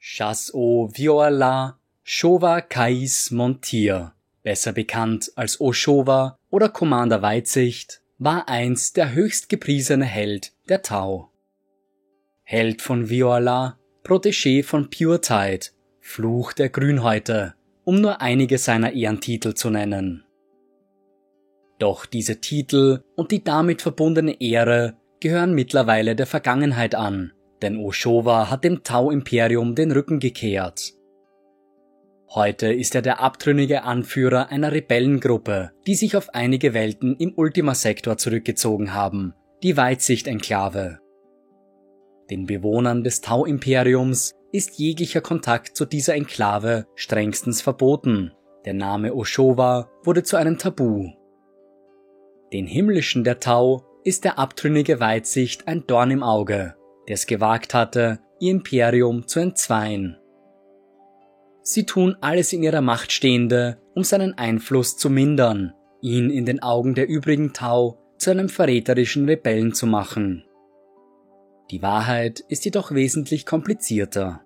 Chas-O Viola Showa Kais Montier, besser bekannt als Oshowa oder Commander Weitsicht, war einst der höchst gepriesene Held der Tau. Held von Viola, Protégé von Puretide, Fluch der Grünhäute, um nur einige seiner Ehrentitel zu nennen. Doch diese Titel und die damit verbundene Ehre gehören mittlerweile der Vergangenheit an, denn Oshowa hat dem Tau-Imperium den Rücken gekehrt. Heute ist er der abtrünnige Anführer einer Rebellengruppe, die sich auf einige Welten im Ultima-Sektor zurückgezogen haben, die Weitsicht-Enklave. Den Bewohnern des Tau-Imperiums ist jeglicher Kontakt zu dieser Enklave strengstens verboten. Der Name Oshowa wurde zu einem Tabu. Den Himmlischen der Tau ist der abtrünnige Weitsicht ein Dorn im Auge, der es gewagt hatte, ihr Imperium zu entzweien. Sie tun alles in ihrer Macht Stehende, um seinen Einfluss zu mindern, ihn in den Augen der übrigen Tau zu einem verräterischen Rebellen zu machen. Die Wahrheit ist jedoch wesentlich komplizierter.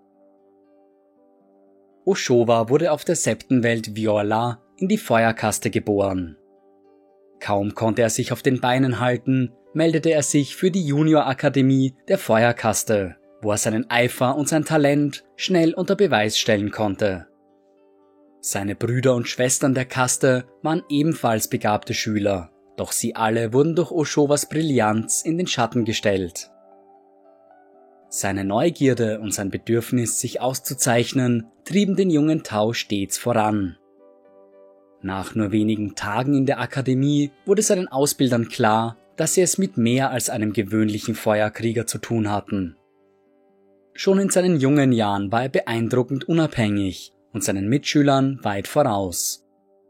Oshowa wurde auf der Septenwelt Viola in die Feuerkaste geboren. Kaum konnte er sich auf den Beinen halten, meldete er sich für die Juniorakademie der Feuerkaste, wo er seinen Eifer und sein Talent schnell unter Beweis stellen konnte. Seine Brüder und Schwestern der Kaste waren ebenfalls begabte Schüler, doch sie alle wurden durch Oshowas Brillanz in den Schatten gestellt. Seine Neugierde und sein Bedürfnis, sich auszuzeichnen, trieben den jungen Tau stets voran. Nach nur wenigen Tagen in der Akademie wurde seinen Ausbildern klar, dass sie es mit mehr als einem gewöhnlichen Feuerkrieger zu tun hatten. Schon in seinen jungen Jahren war er beeindruckend unabhängig und seinen Mitschülern weit voraus.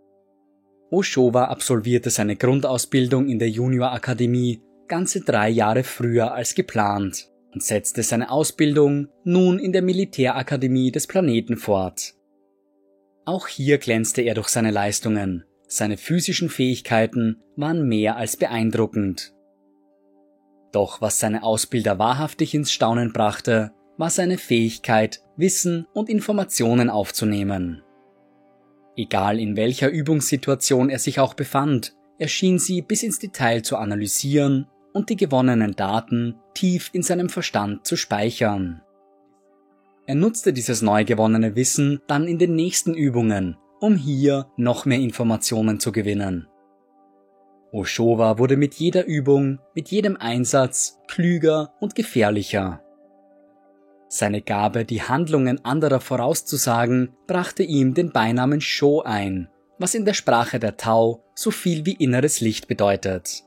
Oshowa absolvierte seine Grundausbildung in der Juniorakademie ganze 3 Jahre früher als geplant und setzte seine Ausbildung nun in der Militärakademie des Planeten fort. Auch hier glänzte er durch seine Leistungen. Seine physischen Fähigkeiten waren mehr als beeindruckend. Doch was seine Ausbilder wahrhaftig ins Staunen brachte, war seine Fähigkeit, Wissen und Informationen aufzunehmen. Egal in welcher Übungssituation er sich auch befand, er schien sie bis ins Detail zu analysieren und die gewonnenen Daten tief in seinem Verstand zu speichern. Er nutzte dieses neu gewonnene Wissen dann in den nächsten Übungen, um hier noch mehr Informationen zu gewinnen. Oshowa wurde mit jeder Übung, mit jedem Einsatz klüger und gefährlicher. Seine Gabe, die Handlungen anderer vorauszusagen, brachte ihm den Beinamen Sho ein, was in der Sprache der Tau so viel wie inneres Licht bedeutet.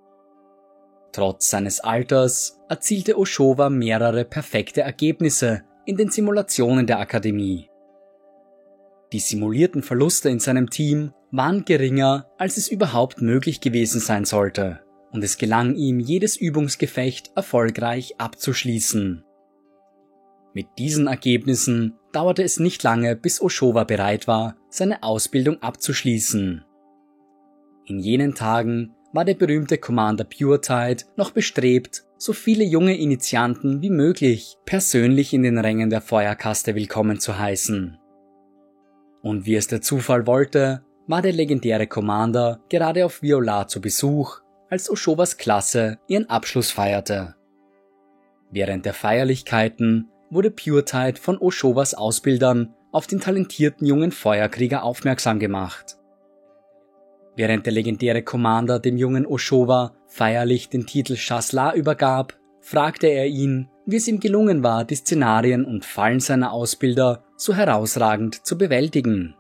Trotz seines Alters erzielte Oshowa mehrere perfekte Ergebnisse in den Simulationen der Akademie. Die simulierten Verluste in seinem Team waren geringer, als es überhaupt möglich gewesen sein sollte, und es gelang ihm, jedes Übungsgefecht erfolgreich abzuschließen. Mit diesen Ergebnissen dauerte es nicht lange, bis Oshowa bereit war, seine Ausbildung abzuschließen. In jenen Tagen war der berühmte Commander Puretide noch bestrebt, so viele junge Initianten wie möglich persönlich in den Rängen der Feuerkaste willkommen zu heißen. Und wie es der Zufall wollte, war der legendäre Commander gerade auf Viola zu Besuch, als Oshowas Klasse ihren Abschluss feierte. Während der Feierlichkeiten wurde Puretide von Oshowas Ausbildern auf den talentierten jungen Feuerkrieger aufmerksam gemacht. Während der legendäre Commander dem jungen Oshowa feierlich den Titel Chas-La übergab, fragte er ihn, wie es ihm gelungen war, die Szenarien und Fallen seiner Ausbilder so herausragend zu bewältigen.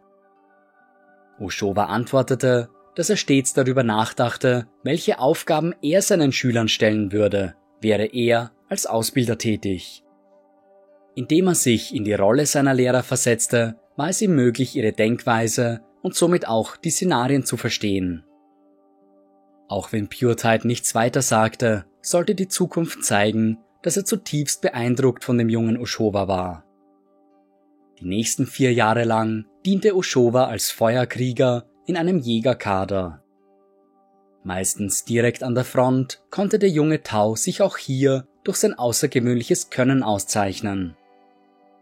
Oshowa antwortete, dass er stets darüber nachdachte, welche Aufgaben er seinen Schülern stellen würde, wäre er als Ausbilder tätig. Indem er sich in die Rolle seiner Lehrer versetzte, war es ihm möglich, ihre Denkweise und somit auch die Szenarien zu verstehen. Auch wenn Puretide nichts weiter sagte, sollte die Zukunft zeigen, dass er zutiefst beeindruckt von dem jungen Oshowa war. Die nächsten 4 Jahre lang diente Oshowa als Feuerkrieger in einem Jägerkader. Meistens direkt an der Front konnte der junge Tau sich auch hier durch sein außergewöhnliches Können auszeichnen.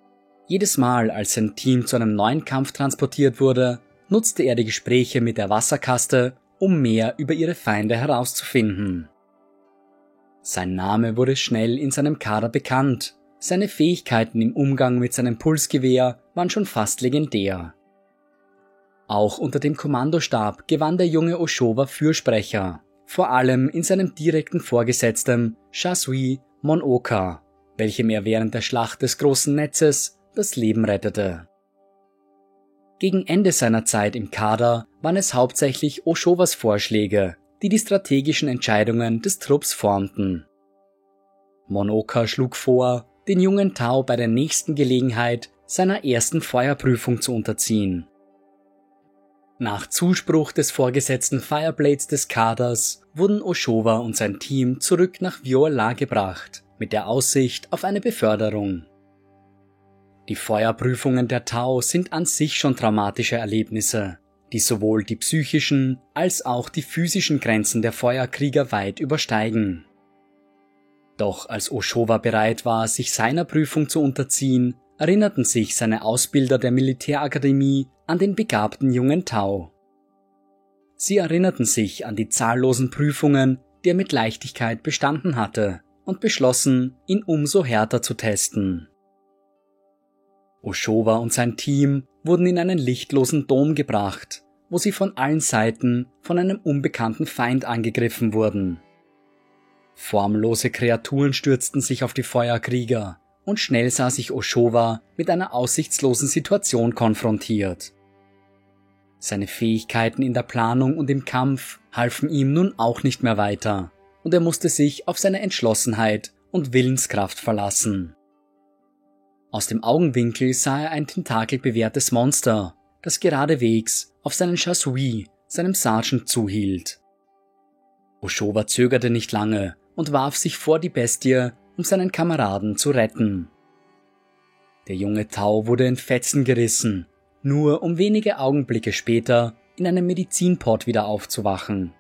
Jedes Mal, als sein Team zu einem neuen Kampf transportiert wurde, nutzte er die Gespräche mit der Wasserkaste, um mehr über ihre Feinde herauszufinden. Sein Name wurde schnell in seinem Kader bekannt, seine Fähigkeiten im Umgang mit seinem Pulsgewehr waren schon fast legendär. Auch unter dem Kommandostab gewann der junge Oshowa Fürsprecher, vor allem in seinem direkten Vorgesetzten Shasui Monoka, welchem er während der Schlacht des Großen Netzes das Leben rettete. Gegen Ende seiner Zeit im Kader waren es hauptsächlich Oshowas Vorschläge, die die strategischen Entscheidungen des Trupps formten. Monoka schlug vor, den jungen Tau bei der nächsten Gelegenheit seiner ersten Feuerprüfung zu unterziehen. Nach Zuspruch des vorgesetzten Fireblades des Kaders wurden Oshowa und sein Team zurück nach Viola gebracht, mit der Aussicht auf eine Beförderung. Die Feuerprüfungen der Tau sind an sich schon traumatische Erlebnisse, die sowohl die psychischen als auch die physischen Grenzen der Feuerkrieger weit übersteigen. Doch als Oshowa bereit war, sich seiner Prüfung zu unterziehen, erinnerten sich seine Ausbilder der Militärakademie an den begabten jungen Tau. Sie erinnerten sich an die zahllosen Prüfungen, die er mit Leichtigkeit bestanden hatte, und beschlossen, ihn umso härter zu testen. Oshowa und sein Team wurden in einen lichtlosen Dom gebracht, wo sie von allen Seiten von einem unbekannten Feind angegriffen wurden. Formlose Kreaturen stürzten sich auf die Feuerkrieger, und schnell sah sich Oshowa mit einer aussichtslosen Situation konfrontiert. Seine Fähigkeiten in der Planung und im Kampf halfen ihm nun auch nicht mehr weiter, und er musste sich auf seine Entschlossenheit und Willenskraft verlassen. Aus dem Augenwinkel sah er ein tentakelbewehrtes Monster, das geradewegs auf seinen Shasui, seinem Sergeant, zuhielt. Oshowa zögerte nicht lange und warf sich vor die Bestie, um seinen Kameraden zu retten. Der junge Tau wurde in Fetzen gerissen, nur um wenige Augenblicke später in einem Medizinpot wieder aufzuwachen.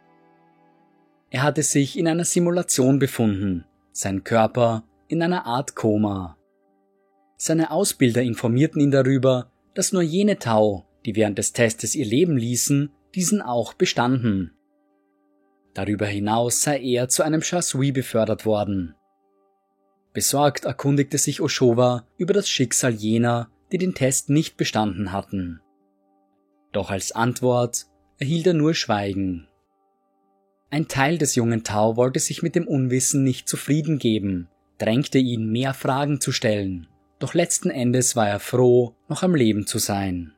Er hatte sich in einer Simulation befunden, sein Körper in einer Art Koma. Seine Ausbilder informierten ihn darüber, dass nur jene Tau, die während des Testes ihr Leben ließen, diesen auch bestanden. Darüber hinaus sei er zu einem Shasui befördert worden. Besorgt erkundigte sich Oshowa über das Schicksal jener, die den Test nicht bestanden hatten. Doch als Antwort erhielt er nur Schweigen. Ein Teil des jungen Tau wollte sich mit dem Unwissen nicht zufrieden geben, drängte ihn, mehr Fragen zu stellen, doch letzten Endes war er froh, noch am Leben zu sein.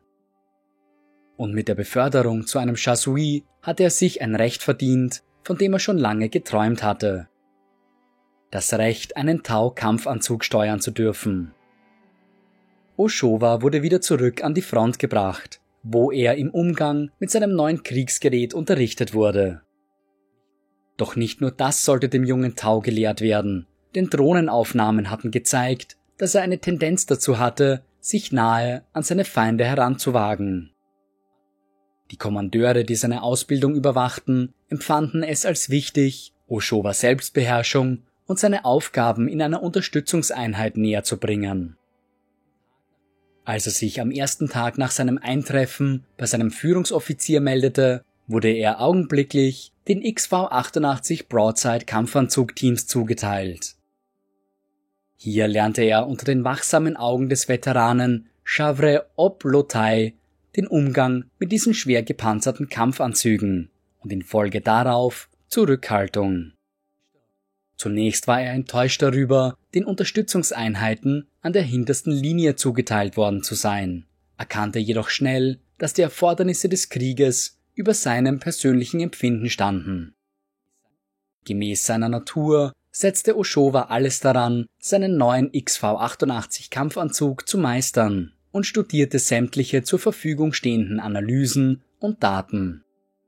Und mit der Beförderung zu einem Shasui hatte er sich ein Recht verdient, von dem er schon lange geträumt hatte. Das Recht, einen Tau-Kampfanzug steuern zu dürfen. Oshowa wurde wieder zurück an die Front gebracht, wo er im Umgang mit seinem neuen Kriegsgerät unterrichtet wurde. Doch nicht nur das sollte dem jungen Tau gelehrt werden, denn Drohnenaufnahmen hatten gezeigt, dass er eine Tendenz dazu hatte, sich nahe an seine Feinde heranzuwagen. Die Kommandeure, die seine Ausbildung überwachten, empfanden es als wichtig, Oshowa Selbstbeherrschung und seine Aufgaben in einer Unterstützungseinheit näher zu bringen. Als er sich am ersten Tag nach seinem Eintreffen bei seinem Führungsoffizier meldete, wurde er augenblicklich den XV-88 Broadside Kampfanzug-Teams zugeteilt. Hier lernte er unter den wachsamen Augen des Veteranen Chavre Oblotai den Umgang mit diesen schwer gepanzerten Kampfanzügen und in Folge darauf Zurückhaltung. Zunächst war er enttäuscht darüber, den Unterstützungseinheiten an der hintersten Linie zugeteilt worden zu sein, erkannte jedoch schnell, dass die Erfordernisse des Krieges über seinem persönlichen Empfinden standen. Gemäß seiner Natur setzte Oshowa alles daran, seinen neuen XV-88 Kampfanzug zu meistern und studierte sämtliche zur Verfügung stehenden Analysen und Daten.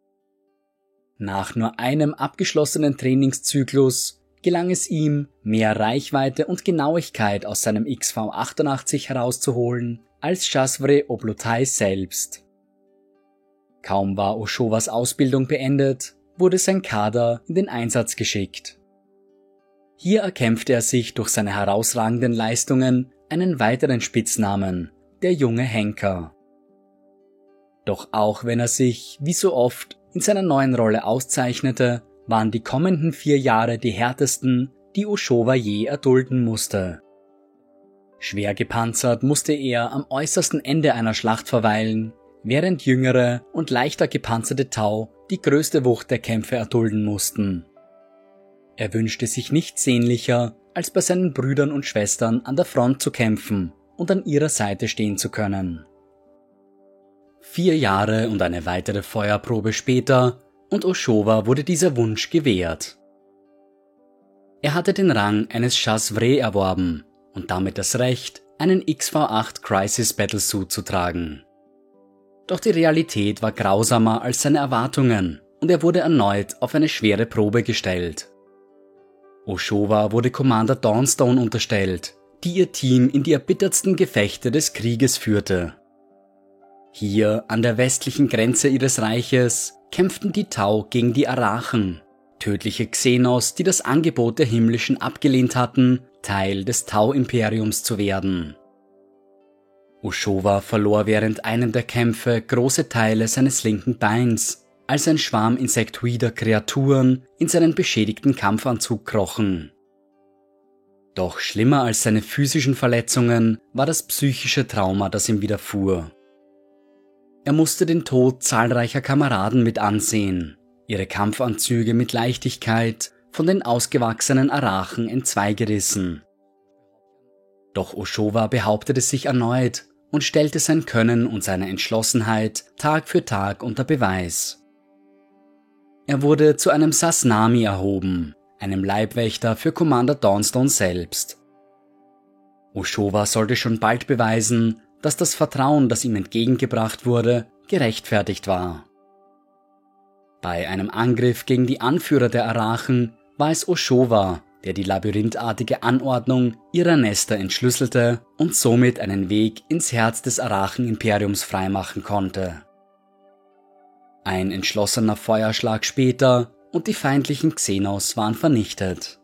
Nach nur einem abgeschlossenen Trainingszyklus gelang es ihm, mehr Reichweite und Genauigkeit aus seinem XV-88 herauszuholen als Chavre Oblotai selbst. Kaum war Oshowas Ausbildung beendet, wurde sein Kader in den Einsatz geschickt. Hier erkämpfte er sich durch seine herausragenden Leistungen einen weiteren Spitznamen, der junge Henker. Doch auch wenn er sich, wie so oft, in seiner neuen Rolle auszeichnete, waren die kommenden 4 Jahre die härtesten, die Ochoa je erdulden musste. Schwer gepanzert musste er am äußersten Ende einer Schlacht verweilen, während jüngere und leichter gepanzerte Tau die größte Wucht der Kämpfe erdulden mussten. Er wünschte sich nichts sehnlicher, als bei seinen Brüdern und Schwestern an der Front zu kämpfen und an ihrer Seite stehen zu können. 4 Jahre und eine weitere Feuerprobe später, und Ochoa wurde dieser Wunsch gewährt. Er hatte den Rang eines Chassevre erworben und damit das Recht, einen XV-8 Crisis Battlesuit zu tragen. Doch die Realität war grausamer als seine Erwartungen und er wurde erneut auf eine schwere Probe gestellt. Ochoa wurde Commander Dawnstone unterstellt, die ihr Team in die erbittertsten Gefechte des Krieges führte. Hier, an der westlichen Grenze ihres Reiches, kämpften die Tau gegen die Arachen, tödliche Xenos, die das Angebot der Himmlischen abgelehnt hatten, Teil des Tau-Imperiums zu werden. Ochoa verlor während einem der Kämpfe große Teile seines linken Beins, als ein Schwarm insektoider Kreaturen in seinen beschädigten Kampfanzug krochen. Doch schlimmer als seine physischen Verletzungen war das psychische Trauma, das ihm widerfuhr. Er musste den Tod zahlreicher Kameraden mit ansehen, ihre Kampfanzüge mit Leichtigkeit von den ausgewachsenen Arachen entzweigerissen. Doch Ochoa behauptete sich erneut und stellte sein Können und seine Entschlossenheit Tag für Tag unter Beweis. Er wurde zu einem Sasnami erhoben, einem Leibwächter für Commander Dawnstone selbst. Ochoa sollte schon bald beweisen, dass das Vertrauen, das ihm entgegengebracht wurde, gerechtfertigt war. Bei einem Angriff gegen die Anführer der Arachen war es Ochoa, der die labyrinthartige Anordnung ihrer Nester entschlüsselte und somit einen Weg ins Herz des Arachen-Imperiums freimachen konnte. Ein entschlossener Feuerschlag später und die feindlichen Xenos waren vernichtet.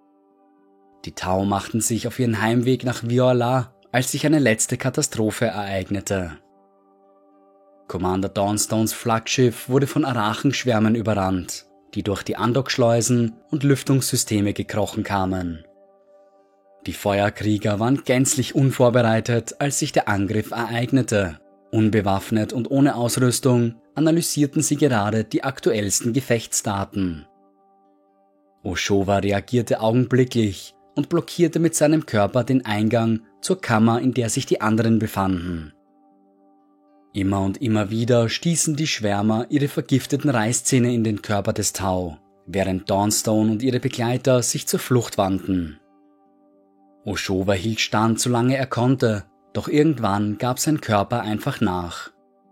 Die Tau machten sich auf ihren Heimweg nach Viola, als sich eine letzte Katastrophe ereignete. Commander Dawnstones Flaggschiff wurde von Arachenschwärmen überrannt, die durch die Andockschleusen und Lüftungssysteme gekrochen kamen. Die Feuerkrieger waren gänzlich unvorbereitet, als sich der Angriff ereignete. Unbewaffnet und ohne Ausrüstung analysierten sie gerade die aktuellsten Gefechtsdaten. Ochoa reagierte augenblicklich und blockierte mit seinem Körper den Eingang zur Kammer, in der sich die anderen befanden. Immer und immer wieder stießen die Schwärmer ihre vergifteten Reißzähne in den Körper des Tau, während Dawnstone und ihre Begleiter sich zur Flucht wandten. Ochoa hielt stand, solange er konnte, doch irgendwann gab sein Körper einfach nach.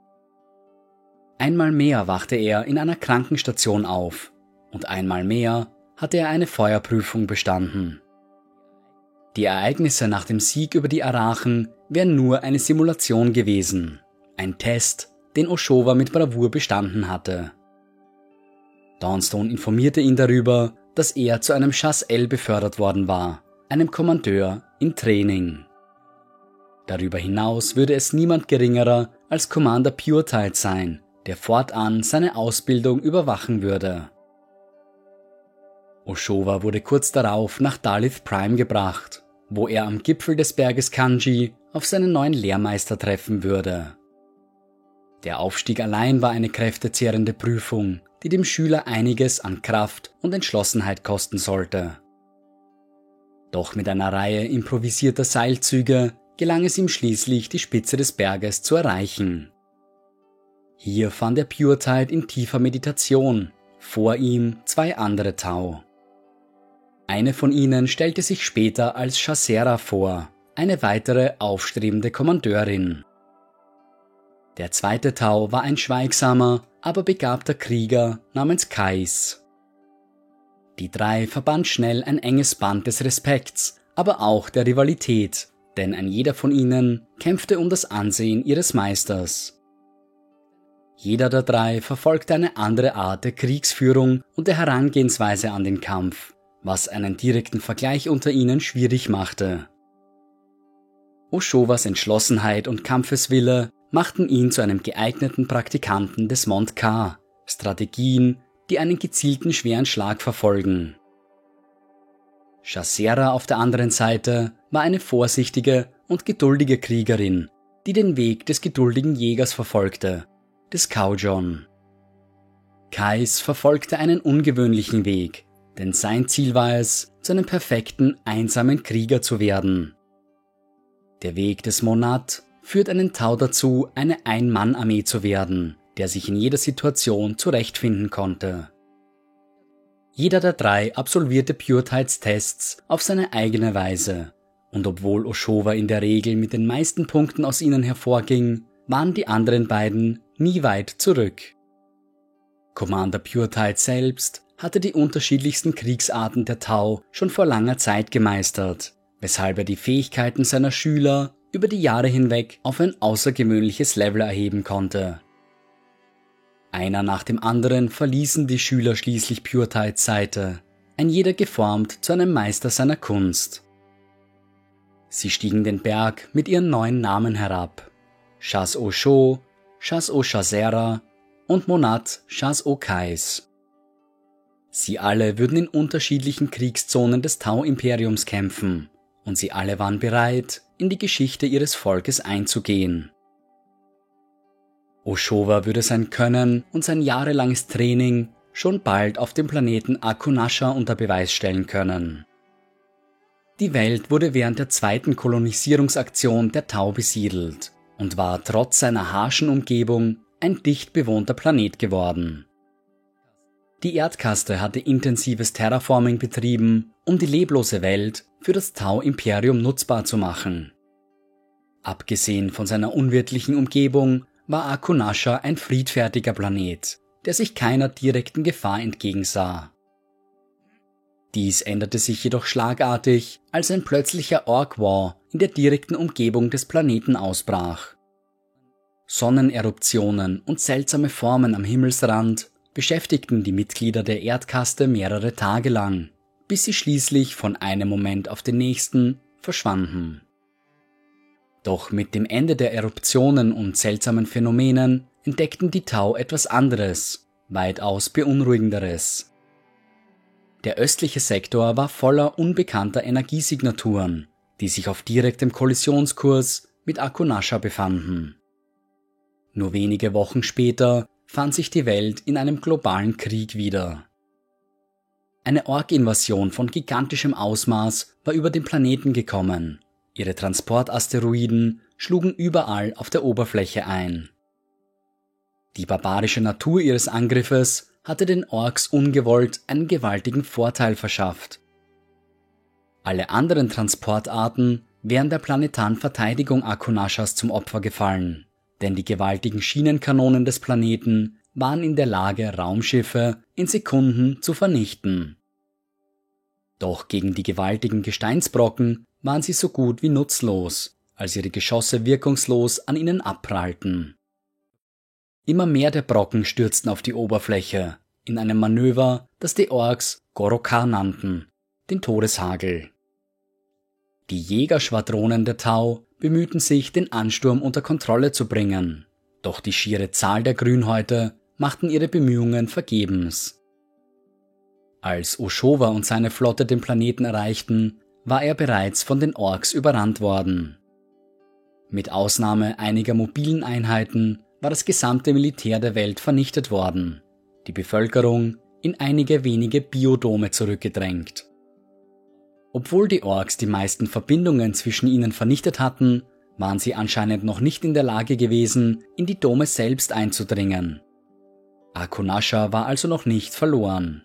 Einmal mehr wachte er in einer Krankenstation auf und einmal mehr hatte er eine Feuerprüfung bestanden. Die Ereignisse nach dem Sieg über die Arachen wären nur eine Simulation gewesen, ein Test, den Ochoa mit Bravour bestanden hatte. Dawnstone informierte ihn darüber, dass er zu einem Chassel befördert worden war, einem Kommandeur in Training. Darüber hinaus würde es niemand geringerer als Commander Puretide sein, der fortan seine Ausbildung überwachen würde. Ochoa wurde kurz darauf nach Dalith Prime gebracht, wo er am Gipfel des Berges Kanji auf seinen neuen Lehrmeister treffen würde. Der Aufstieg allein war eine kräftezehrende Prüfung, die dem Schüler einiges an Kraft und Entschlossenheit kosten sollte. Doch mit einer Reihe improvisierter Seilzüge gelang es ihm schließlich, die Spitze des Berges zu erreichen. Hier fand er Puretide in tiefer Meditation, vor ihm 2 andere Tau. Eine von ihnen stellte sich später als Chassera vor, eine weitere aufstrebende Kommandeurin. Der zweite Tau war ein schweigsamer, aber begabter Krieger namens Kais. Die 3 verband schnell ein enges Band des Respekts, aber auch der Rivalität, denn ein jeder von ihnen kämpfte um das Ansehen ihres Meisters. Jeder der 3 verfolgte eine andere Art der Kriegsführung und der Herangehensweise an den Kampf, was einen direkten Vergleich unter ihnen schwierig machte. Oshowas Entschlossenheit und Kampfeswille machten ihn zu einem geeigneten Praktikanten des Mont Ka, Strategien, die einen gezielten schweren Schlag verfolgen. Shasera auf der anderen Seite war eine vorsichtige und geduldige Kriegerin, die den Weg des geduldigen Jägers verfolgte, des Kaujon. Kais verfolgte einen ungewöhnlichen Weg, denn sein Ziel war es, zu einem perfekten, einsamen Krieger zu werden. Der Weg des Monat führt einen Tau dazu, eine Ein-Mann-Armee zu werden, der sich in jeder Situation zurechtfinden konnte. Jeder der 3 absolvierte Pure-Tides-Tests auf seine eigene Weise, und obwohl Oshowa in der Regel mit den meisten Punkten aus ihnen hervorging, waren die anderen beiden nie weit zurück. Commander Pure-Tide selbst hatte die unterschiedlichsten Kriegsarten der Tau schon vor langer Zeit gemeistert, weshalb er die Fähigkeiten seiner Schüler über die Jahre hinweg auf ein außergewöhnliches Level erheben konnte. Einer nach dem anderen verließen die Schüler schließlich Pure-Tides Seite, ein jeder geformt zu einem Meister seiner Kunst. Sie stiegen den Berg mit ihren neuen Namen herab: Shas-O-Sho, Shas-O-Shasera und Monat Shas-O-Kais. Sie alle würden in unterschiedlichen Kriegszonen des Tau-Imperiums kämpfen, und sie alle waren bereit, in die Geschichte ihres Volkes einzugehen. Oshowa würde sein Können und sein jahrelanges Training schon bald auf dem Planeten Akunasha unter Beweis stellen können. Die Welt wurde während der zweiten Kolonisierungsaktion der Tau besiedelt und war trotz seiner harschen Umgebung ein dicht bewohnter Planet geworden. Die Erdkaste hatte intensives Terraforming betrieben, um die leblose Welt für das Tau-Imperium nutzbar zu machen. Abgesehen von seiner unwirtlichen Umgebung war Akunasha ein friedfertiger Planet, der sich keiner direkten Gefahr entgegensah. Dies änderte sich jedoch schlagartig, als ein plötzlicher Orc War in der direkten Umgebung des Planeten ausbrach. Sonneneruptionen und seltsame Formen am Himmelsrand beschäftigten die Mitglieder der Erdkaste mehrere Tage lang, bis sie schließlich von einem Moment auf den nächsten verschwanden. Doch mit dem Ende der Eruptionen und seltsamen Phänomenen entdeckten die Tau etwas anderes, weitaus beunruhigenderes. Der östliche Sektor war voller unbekannter Energiesignaturen, die sich auf direktem Kollisionskurs mit Akunasha befanden. Nur wenige Wochen später fand sich die Welt in einem globalen Krieg wieder. Eine Ork-Invasion von gigantischem Ausmaß war über den Planeten gekommen. Ihre Transportasteroiden schlugen überall auf der Oberfläche ein. Die barbarische Natur ihres Angriffes hatte den Orks ungewollt einen gewaltigen Vorteil verschafft. Alle anderen Transportarten wären der planetaren Verteidigung Akunashas zum Opfer gefallen, denn die gewaltigen Schienenkanonen des Planeten waren in der Lage, Raumschiffe in Sekunden zu vernichten. Doch gegen die gewaltigen Gesteinsbrocken waren sie so gut wie nutzlos, als ihre Geschosse wirkungslos an ihnen abprallten. Immer mehr der Brocken stürzten auf die Oberfläche, in einem Manöver, das die Orks Gorokar nannten, den Todeshagel. Die Jägerschwadronen der Tau bemühten sich, den Ansturm unter Kontrolle zu bringen, doch die schiere Zahl der Grünhäute machten ihre Bemühungen vergebens. Als Oshowa und seine Flotte den Planeten erreichten, war er bereits von den Orks überrannt worden. Mit Ausnahme einiger mobilen Einheiten war das gesamte Militär der Welt vernichtet worden, die Bevölkerung in einige wenige Biodome zurückgedrängt. Obwohl die Orks die meisten Verbindungen zwischen ihnen vernichtet hatten, waren sie anscheinend noch nicht in der Lage gewesen, in die Dome selbst einzudringen. Akunasha war also noch nicht verloren.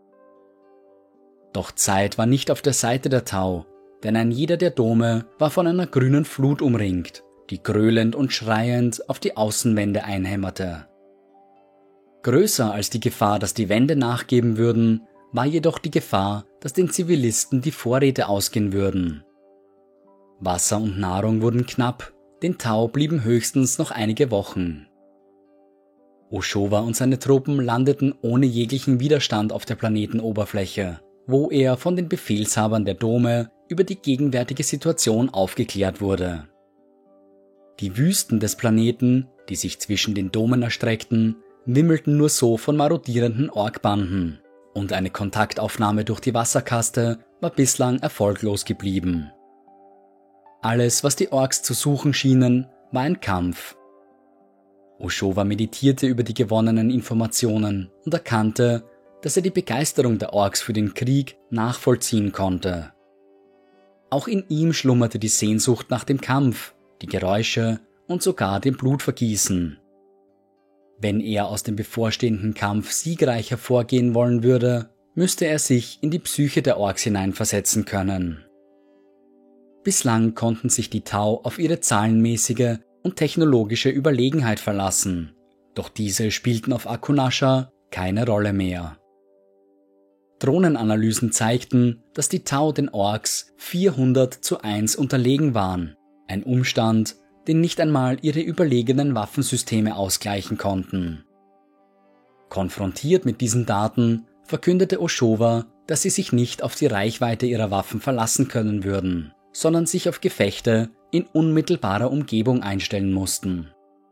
Doch Zeit war nicht auf der Seite der Tau, denn ein jeder der Dome war von einer grünen Flut umringt, die gröhlend und schreiend auf die Außenwände einhämmerte. Größer als die Gefahr, dass die Wände nachgeben würden, war jedoch die Gefahr, dass den Zivilisten die Vorräte ausgehen würden. Wasser und Nahrung wurden knapp, den Tau blieben höchstens noch einige Wochen. Oshowa und seine Truppen landeten ohne jeglichen Widerstand auf der Planetenoberfläche, wo er von den Befehlshabern der Dome über die gegenwärtige Situation aufgeklärt wurde. Die Wüsten des Planeten, die sich zwischen den Domen erstreckten, wimmelten nur so von marodierenden Orkbanden, und eine Kontaktaufnahme durch die Wasserkaste war bislang erfolglos geblieben. Alles, was die Orks zu suchen schienen, war ein Kampf. Oshova meditierte über die gewonnenen Informationen und erkannte, dass er die Begeisterung der Orks für den Krieg nachvollziehen konnte. Auch in ihm schlummerte die Sehnsucht nach dem Kampf, die Geräusche und sogar dem Blutvergießen. Wenn er aus dem bevorstehenden Kampf siegreich hervorgehen wollen würde, müsste er sich in die Psyche der Orks hineinversetzen können. Bislang konnten sich die Tau auf ihre zahlenmäßige und technologische Überlegenheit verlassen, doch diese spielten auf Akunasha keine Rolle mehr. Drohnenanalysen zeigten, dass die Tau den Orks 400:1 unterlegen waren, ein Umstand, den nicht einmal ihre überlegenen Waffensysteme ausgleichen konnten. Konfrontiert mit diesen Daten verkündete Oshova, dass sie sich nicht auf die Reichweite ihrer Waffen verlassen können würden, sondern sich auf Gefechte in unmittelbarer Umgebung einstellen mussten.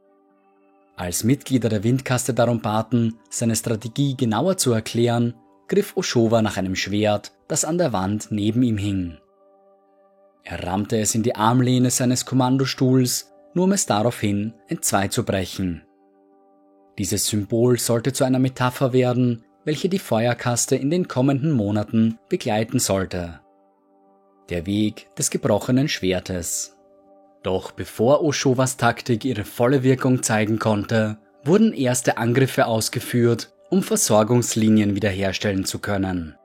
Als Mitglieder der Windkaste darum baten, seine Strategie genauer zu erklären, griff Oshova nach einem Schwert, das an der Wand neben ihm hing. Er rammte es in die Armlehne seines Kommandostuhls, nur um es daraufhin entzwei-zu-brechen. Dieses Symbol sollte zu einer Metapher werden, welche die Feuerkaste in den kommenden Monaten begleiten sollte. Der Weg des gebrochenen Schwertes. Doch bevor Oshovas Taktik ihre volle Wirkung zeigen konnte, wurden erste Angriffe ausgeführt, um Versorgungslinien wiederherstellen zu können.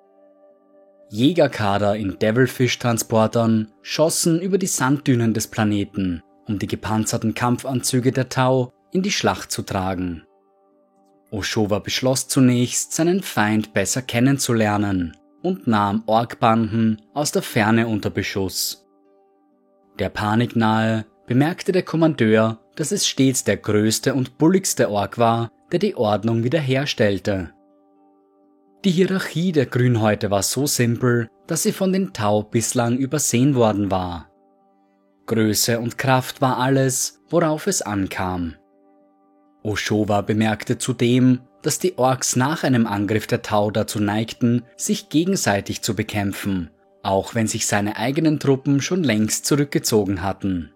Jägerkader in Devilfish-Transportern schossen über die Sanddünen des Planeten, um die gepanzerten Kampfanzüge der Tau in die Schlacht zu tragen. Oshova beschloss zunächst, seinen Feind besser kennenzulernen und nahm Orkbanden aus der Ferne unter Beschuss. Der Panik nahe bemerkte der Kommandeur, dass es stets der größte und bulligste Ork war, der die Ordnung wiederherstellte. Die Hierarchie der Grünhäute war so simpel, dass sie von den Tau bislang übersehen worden war. Größe und Kraft war alles, worauf es ankam. Oshova bemerkte zudem, dass die Orks nach einem Angriff der Tau dazu neigten, sich gegenseitig zu bekämpfen, auch wenn sich seine eigenen Truppen schon längst zurückgezogen hatten.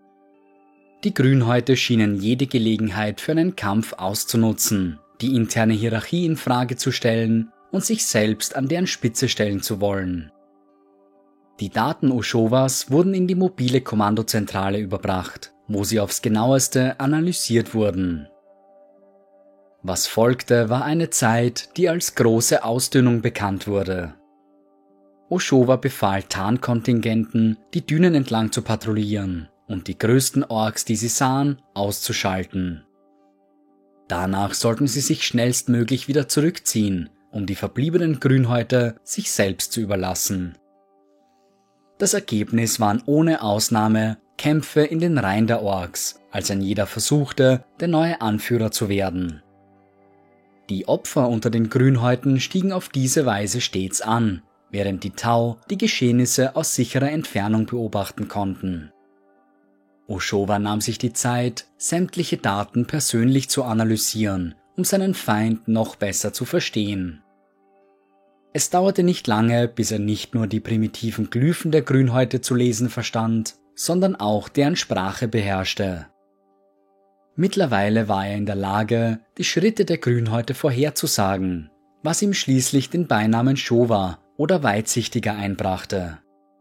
Die Grünhäute schienen jede Gelegenheit für einen Kampf auszunutzen, die interne Hierarchie in Frage zu stellen und sich selbst an deren Spitze stellen zu wollen. Die Daten Oshovas wurden in die mobile Kommandozentrale überbracht, wo sie aufs Genaueste analysiert wurden. Was folgte, war eine Zeit, die als große Ausdünnung bekannt wurde. Oshova befahl Tarnkontingenten, die Dünen entlang zu patrouillieren und die größten Orks, die sie sahen, auszuschalten. Danach sollten sie sich schnellstmöglich wieder zurückziehen, um die verbliebenen Grünhäute sich selbst zu überlassen. Das Ergebnis waren ohne Ausnahme Kämpfe in den Reihen der Orks, als ein jeder versuchte, der neue Anführer zu werden. Die Opfer unter den Grünhäuten stiegen auf diese Weise stets an, während die Tau die Geschehnisse aus sicherer Entfernung beobachten konnten. Oshova nahm sich die Zeit, sämtliche Daten persönlich zu analysieren, um seinen Feind noch besser zu verstehen. Es dauerte nicht lange, bis er nicht nur die primitiven Glyphen der Grünhäute zu lesen verstand, sondern auch deren Sprache beherrschte. Mittlerweile war er in der Lage, die Schritte der Grünhäute vorherzusagen, was ihm schließlich den Beinamen Shova oder Weitsichtiger einbrachte.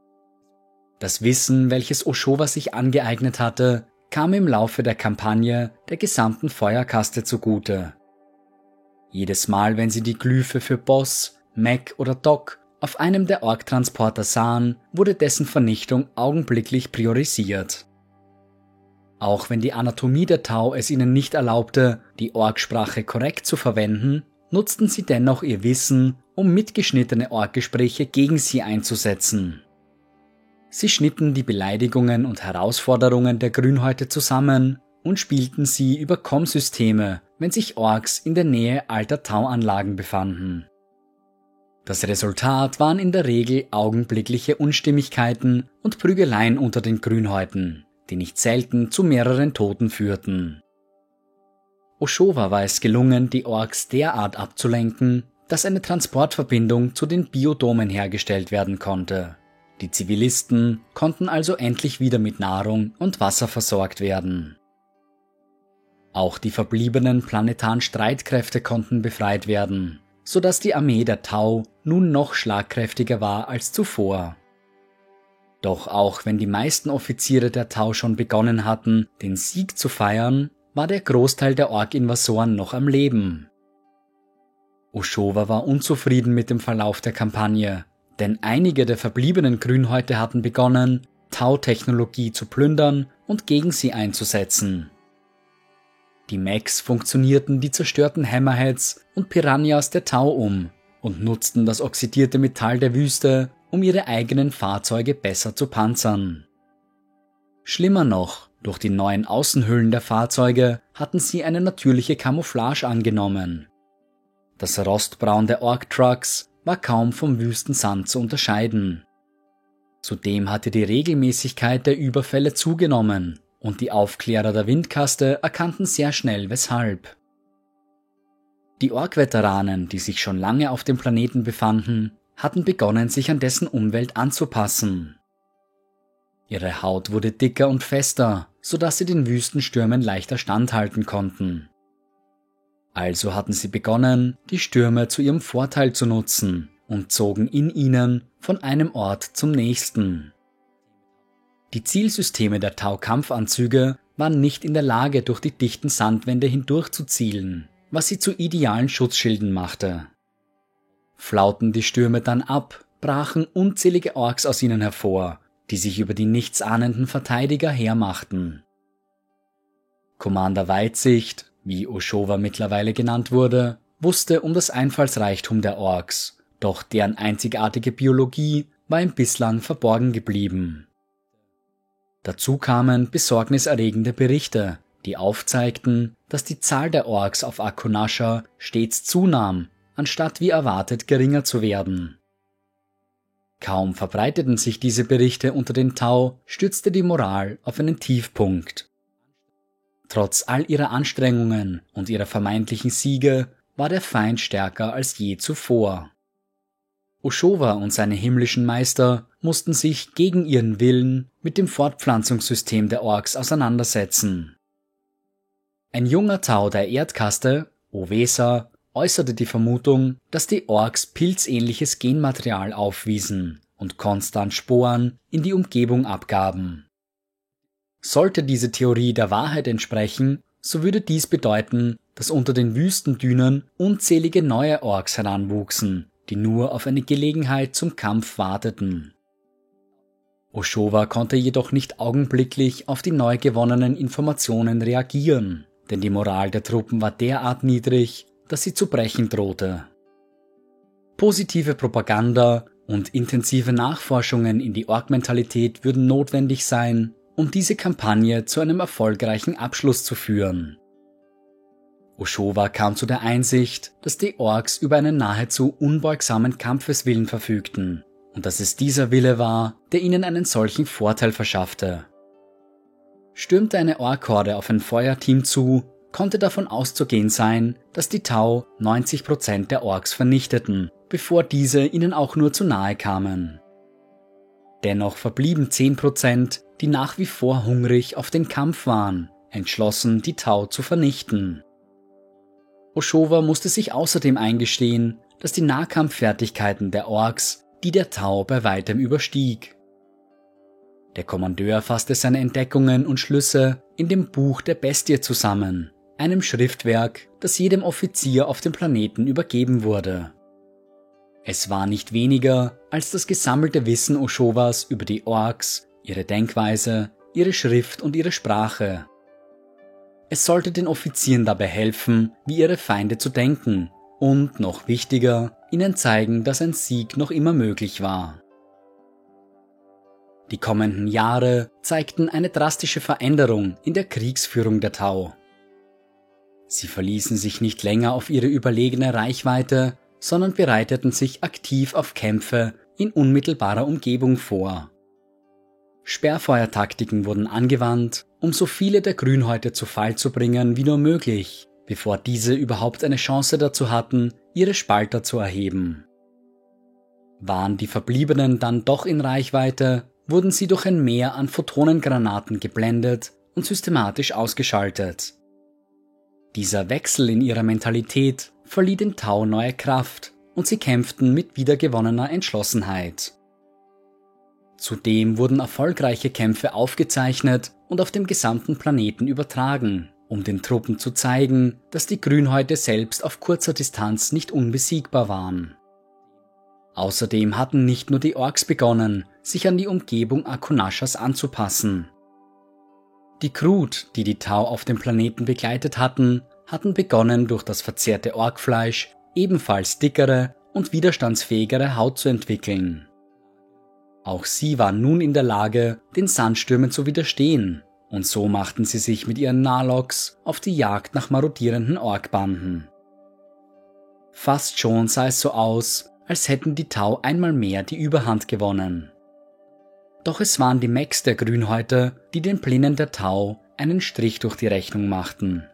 Das Wissen, welches Oshova sich angeeignet hatte, kam im Laufe der Kampagne der gesamten Feuerkaste zugute. Jedes Mal, wenn sie die Glyphe für Boss, Mac oder Doc auf einem der Ork-Transporter sahen, wurde dessen Vernichtung augenblicklich priorisiert. Auch wenn die Anatomie der Tau es ihnen nicht erlaubte, die Orksprache korrekt zu verwenden, nutzten sie dennoch ihr Wissen, um mitgeschnittene Orkgespräche gegen sie einzusetzen. Sie schnitten die Beleidigungen und Herausforderungen der Grünhäute zusammen und spielten sie über Komm-Systeme, wenn sich Orks in der Nähe alter Tau-Anlagen befanden. Das Resultat waren in der Regel augenblickliche Unstimmigkeiten und Prügeleien unter den Grünhäuten, die nicht selten zu mehreren Toten führten. Ochoa war es gelungen, die Orks derart abzulenken, dass eine Transportverbindung zu den Biodomen hergestellt werden konnte. Die Zivilisten konnten also endlich wieder mit Nahrung und Wasser versorgt werden. Auch die verbliebenen planetaren Streitkräfte konnten befreit werden, sodass die Armee der Tau nun noch schlagkräftiger war als zuvor. Doch auch wenn die meisten Offiziere der Tau schon begonnen hatten, den Sieg zu feiern, war der Großteil der Ork-Invasoren noch am Leben. Ochoa war unzufrieden mit dem Verlauf der Kampagne, denn einige der verbliebenen Grünhäute hatten begonnen, Tau-Technologie zu plündern und gegen sie einzusetzen. Die Mechs funktionierten die zerstörten Hammerheads und Piranhas der Tau um und nutzten das oxidierte Metall der Wüste, um ihre eigenen Fahrzeuge besser zu panzern. Schlimmer noch, durch die neuen Außenhüllen der Fahrzeuge hatten sie eine natürliche Camouflage angenommen. Das Rostbraun der Ork-Trucks war kaum vom Wüstensand zu unterscheiden. Zudem hatte die Regelmäßigkeit der Überfälle zugenommen und die Aufklärer der Windkaste erkannten sehr schnell weshalb. Die Ork-Veteranen, die sich schon lange auf dem Planeten befanden, hatten begonnen, sich an dessen Umwelt anzupassen. Ihre Haut wurde dicker und fester, sodass sie den Wüstenstürmen leichter standhalten konnten. Also hatten sie begonnen, die Stürme zu ihrem Vorteil zu nutzen und zogen in ihnen von einem Ort zum nächsten. Die Zielsysteme der Tau-Kampfanzüge waren nicht in der Lage, durch die dichten Sandwände hindurch zu zielen, was sie zu idealen Schutzschilden machte. Flauten die Stürme dann ab, brachen unzählige Orks aus ihnen hervor, die sich über die nichtsahnenden Verteidiger hermachten. Commander Weitsicht, wie Ochoa mittlerweile genannt wurde, wusste um das Einfallsreichtum der Orks, doch deren einzigartige Biologie war ihm bislang verborgen geblieben. Dazu kamen besorgniserregende Berichte, die aufzeigten, dass die Zahl der Orks auf Akonasha stets zunahm, anstatt wie erwartet geringer zu werden. Kaum verbreiteten sich diese Berichte unter den Tau, stürzte die Moral auf einen Tiefpunkt. Trotz all ihrer Anstrengungen und ihrer vermeintlichen Siege war der Feind stärker als je zuvor. Ochoa und seine himmlischen Meister mussten sich gegen ihren Willen mit dem Fortpflanzungssystem der Orks auseinandersetzen. Ein junger Tau der Erdkaste, Ovesa, äußerte die Vermutung, dass die Orks pilzähnliches Genmaterial aufwiesen und konstant Sporen in die Umgebung abgaben. Sollte diese Theorie der Wahrheit entsprechen, so würde dies bedeuten, dass unter den Wüstendünen unzählige neue Orks heranwuchsen, die nur auf eine Gelegenheit zum Kampf warteten. Ochoa konnte jedoch nicht augenblicklich auf die neu gewonnenen Informationen reagieren, denn die Moral der Truppen war derart niedrig, dass sie zu brechen drohte. Positive Propaganda und intensive Nachforschungen in die Ork-Mentalität würden notwendig sein, um diese Kampagne zu einem erfolgreichen Abschluss zu führen. Ochoa kam zu der Einsicht, dass die Orks über einen nahezu unbeugsamen Kampfeswillen verfügten und dass es dieser Wille war, der ihnen einen solchen Vorteil verschaffte. Stürmte eine Ork-Horde auf ein Feuerteam zu, konnte davon auszugehen sein, dass die Tau 90% der Orks vernichteten, bevor diese ihnen auch nur zu nahe kamen. Dennoch verblieben 10%, die nach wie vor hungrig auf den Kampf waren, entschlossen, die Tau zu vernichten. Ochoa musste sich außerdem eingestehen, dass die Nahkampffertigkeiten der Orks die der Tau bei weitem überstieg. Der Kommandeur fasste seine Entdeckungen und Schlüsse in dem Buch der Bestie zusammen, einem Schriftwerk, das jedem Offizier auf dem Planeten übergeben wurde. Es war nicht weniger als das gesammelte Wissen Ochoas über die Orks, ihre Denkweise, ihre Schrift und ihre Sprache. Es sollte den Offizieren dabei helfen, wie ihre Feinde zu denken und, noch wichtiger, ihnen zeigen, dass ein Sieg noch immer möglich war. Die kommenden Jahre zeigten eine drastische Veränderung in der Kriegsführung der Tau. Sie verließen sich nicht länger auf ihre überlegene Reichweite, sondern bereiteten sich aktiv auf Kämpfe in unmittelbarer Umgebung vor. Sperrfeuertaktiken wurden angewandt, um so viele der Grünhäute zu Fall zu bringen wie nur möglich, bevor diese überhaupt eine Chance dazu hatten, ihre Spalter zu erheben. Waren die Verbliebenen dann doch in Reichweite, wurden sie durch ein Meer an Photonengranaten geblendet und systematisch ausgeschaltet. Dieser Wechsel in ihrer Mentalität verlieh den Tau neue Kraft und sie kämpften mit wiedergewonnener Entschlossenheit. Zudem wurden erfolgreiche Kämpfe aufgezeichnet und auf dem gesamten Planeten übertragen, um den Truppen zu zeigen, dass die Grünhäute selbst auf kurzer Distanz nicht unbesiegbar waren. Außerdem hatten nicht nur die Orks begonnen, sich an die Umgebung Akunashas anzupassen. Die Krut, die die Tau auf dem Planeten begleitet hatten begonnen, durch das verzehrte Orkfleisch ebenfalls dickere und widerstandsfähigere Haut zu entwickeln. Auch sie waren nun in der Lage, den Sandstürmen zu widerstehen, und so machten sie sich mit ihren Naloks auf die Jagd nach marodierenden Orkbanden. Fast schon sah es so aus, als hätten die Tau einmal mehr die Überhand gewonnen. Doch es waren die Mechs der Grünhäute, die den Plänen der Tau einen Strich durch die Rechnung machten.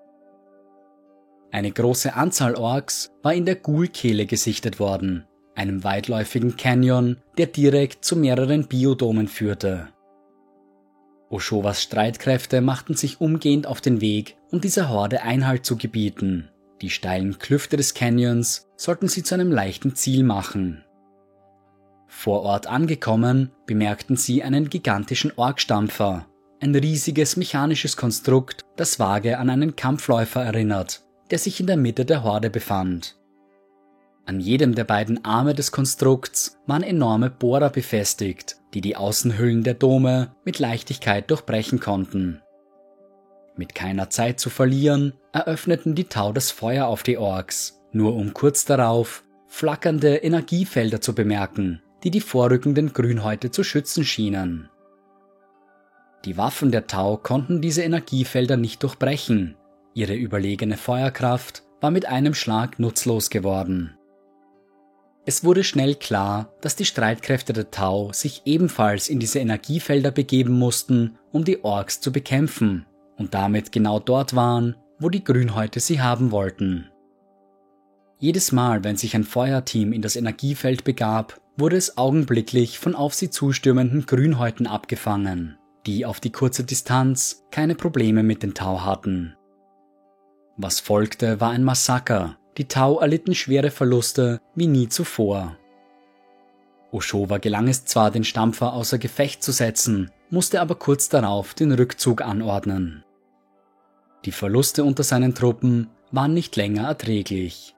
Eine große Anzahl Orks war in der Ghoul-Kehle gesichtet worden, einem weitläufigen Canyon, der direkt zu mehreren Biodomen führte. Oshovas Streitkräfte machten sich umgehend auf den Weg, um dieser Horde Einhalt zu gebieten. Die steilen Klüfte des Canyons sollten sie zu einem leichten Ziel machen. Vor Ort angekommen, bemerkten sie einen gigantischen Orkstampfer, ein riesiges mechanisches Konstrukt, das vage an einen Kampfläufer erinnert, der sich in der Mitte der Horde befand. An jedem der beiden Arme des Konstrukts waren enorme Bohrer befestigt, die die Außenhüllen der Dome mit Leichtigkeit durchbrechen konnten. Mit keiner Zeit zu verlieren, eröffneten die Tau das Feuer auf die Orks, nur um kurz darauf flackernde Energiefelder zu bemerken, die die vorrückenden Grünhäute zu schützen schienen. Die Waffen der Tau konnten diese Energiefelder nicht durchbrechen. Ihre überlegene Feuerkraft war mit einem Schlag nutzlos geworden. Es wurde schnell klar, dass die Streitkräfte der Tau sich ebenfalls in diese Energiefelder begeben mussten, um die Orks zu bekämpfen, und damit genau dort waren, wo die Grünhäute sie haben wollten. Jedes Mal, wenn sich ein Feuerteam in das Energiefeld begab, wurde es augenblicklich von auf sie zustürmenden Grünhäuten abgefangen, die auf die kurze Distanz keine Probleme mit den Tau hatten. Was folgte, war ein Massaker. Die Tau erlitten schwere Verluste wie nie zuvor. Oshova gelang es zwar, den Stampfer außer Gefecht zu setzen, musste aber kurz darauf den Rückzug anordnen. Die Verluste unter seinen Truppen waren nicht länger erträglich.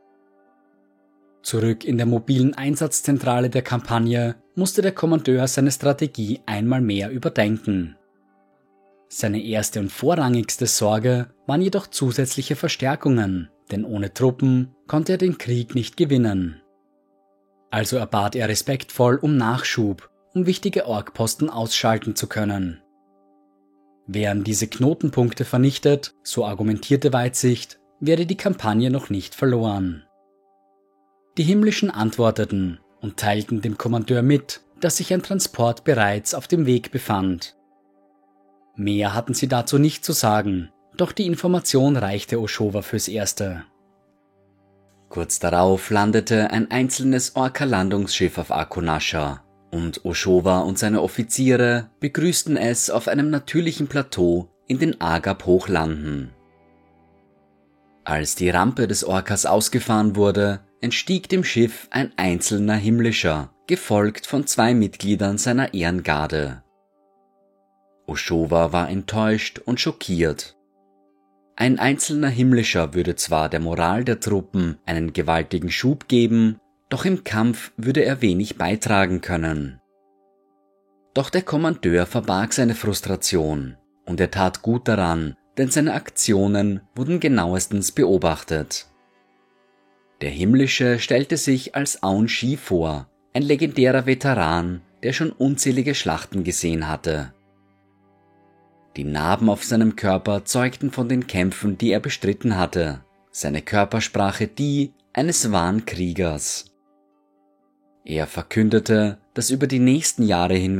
Zurück in der mobilen Einsatzzentrale der Kampagne musste der Kommandeur seine Strategie einmal mehr überdenken. Seine erste und vorrangigste Sorge waren jedoch zusätzliche Verstärkungen, denn ohne Truppen konnte er den Krieg nicht gewinnen. Also erbat er respektvoll um Nachschub, um wichtige Orkposten ausschalten zu können. Wären diese Knotenpunkte vernichtet, so argumentierte Weitsicht, wäre die Kampagne noch nicht verloren. Die Himmlischen antworteten und teilten dem Kommandeur mit, dass sich ein Transport bereits auf dem Weg befand. Mehr hatten sie dazu nicht zu sagen, doch die Information reichte Oshova fürs Erste. Kurz darauf landete ein einzelnes Orka-Landungsschiff auf Akunasha und Oshova und seine Offiziere begrüßten es auf einem natürlichen Plateau in den Agap-Hochlanden. Als die Rampe des Orkas ausgefahren wurde, entstieg dem Schiff ein einzelner Himmlischer, gefolgt von 2 Mitgliedern seiner Ehrengarde. Oshova war enttäuscht und schockiert. Ein einzelner Himmlischer würde zwar der Moral der Truppen einen gewaltigen Schub geben, doch im Kampf würde er wenig beitragen können. Doch der Kommandeur verbarg seine Frustration, und er tat gut daran, denn seine Aktionen wurden genauestens beobachtet. Der Himmlische stellte sich als Aun Shi vor, ein legendärer Veteran, der schon unzählige Schlachten gesehen hatte. Die Narben auf seinem Körper zeugten von den Kämpfen, die er bestritten hatte, seine Körpersprache die eines wahren Kriegers. Er verkündete, dass über die nächsten Jahre hinweg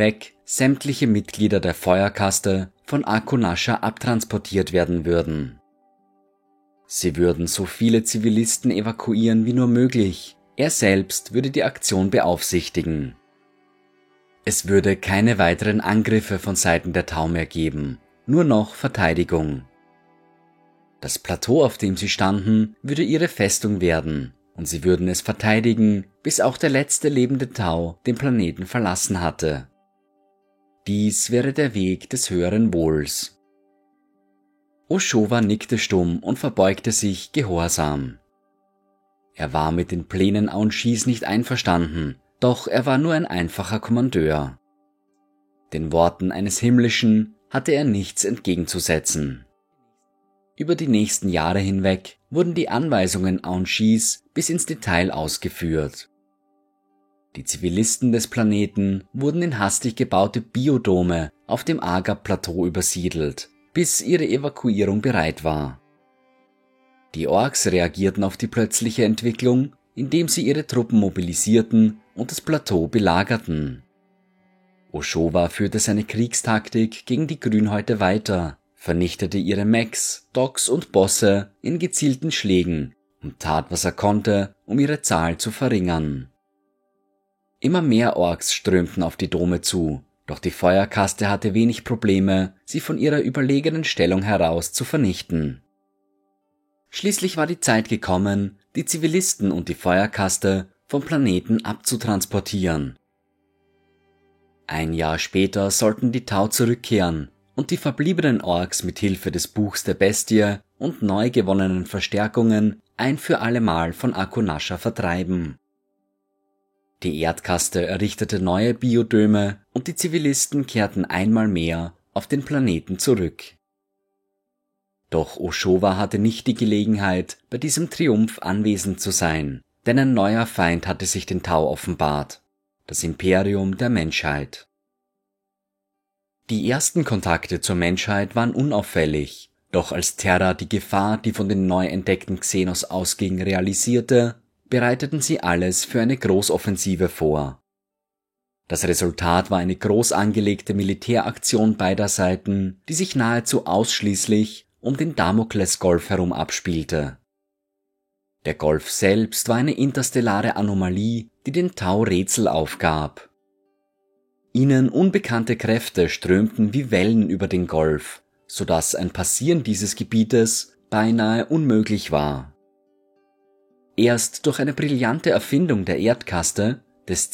sämtliche Mitglieder der Feuerkaste von Ako-Nasha abtransportiert werden würden. Sie würden so viele Zivilisten evakuieren wie nur möglich. Er selbst würde die Aktion beaufsichtigen. Es würde keine weiteren Angriffe von Seiten der Tau mehr geben, nur noch Verteidigung. Das Plateau, auf dem sie standen, würde ihre Festung werden, und sie würden es verteidigen, bis auch der letzte lebende Tau den Planeten verlassen hatte. Dies wäre der Weg des höheren Wohls. Ochoa nickte stumm und verbeugte sich gehorsam. Er war mit den Plänen Aun Shis nicht einverstanden, doch er war nur ein einfacher Kommandeur. Den Worten eines Himmlischen hatte er nichts entgegenzusetzen. Über die nächsten Jahre hinweg wurden die Anweisungen Aun Shis bis ins Detail ausgeführt. Die Zivilisten des Planeten wurden in hastig gebaute Biodome auf dem Agap-Plateau übersiedelt, bis ihre Evakuierung bereit war. Die Orks reagierten auf die plötzliche Entwicklung, indem sie ihre Truppen mobilisierten und das Plateau belagerten. Ochoa führte seine Kriegstaktik gegen die Grünhäute weiter, vernichtete ihre Mechs, Docks und Bosse in gezielten Schlägen und tat, was er konnte, um ihre Zahl zu verringern. Immer mehr Orks strömten auf die Dome zu, doch die Feuerkaste hatte wenig Probleme, sie von ihrer überlegenen Stellung heraus zu vernichten. Schließlich war die Zeit gekommen, die Zivilisten und die Feuerkaste vom Planeten abzutransportieren. Ein Jahr später sollten die Tau zurückkehren und die verbliebenen Orks mit Hilfe des Buchs der Bestie und neu gewonnenen Verstärkungen ein für allemal von Ako-Nasha vertreiben. Die Erdkaste errichtete neue Biodöme und die Zivilisten kehrten einmal mehr auf den Planeten zurück. Doch Ochoa hatte nicht die Gelegenheit, bei diesem Triumph anwesend zu sein, denn ein neuer Feind hatte sich den Tau offenbart: das Imperium der Menschheit. Die ersten Kontakte zur Menschheit waren unauffällig, doch als Terra die Gefahr, die von den neu entdeckten Xenos ausging, realisierte, bereiteten sie alles für eine Großoffensive vor. Das Resultat war eine groß angelegte Militäraktion beider Seiten, die sich nahezu ausschließlich um den Damokles-Golf herum abspielte. Der Golf selbst war eine interstellare Anomalie, die den Tau Rätsel aufgab. Ihnen unbekannte Kräfte strömten wie Wellen über den Golf, sodass ein Passieren dieses Gebietes beinahe unmöglich war. Erst durch eine brillante Erfindung der Erdkaste, des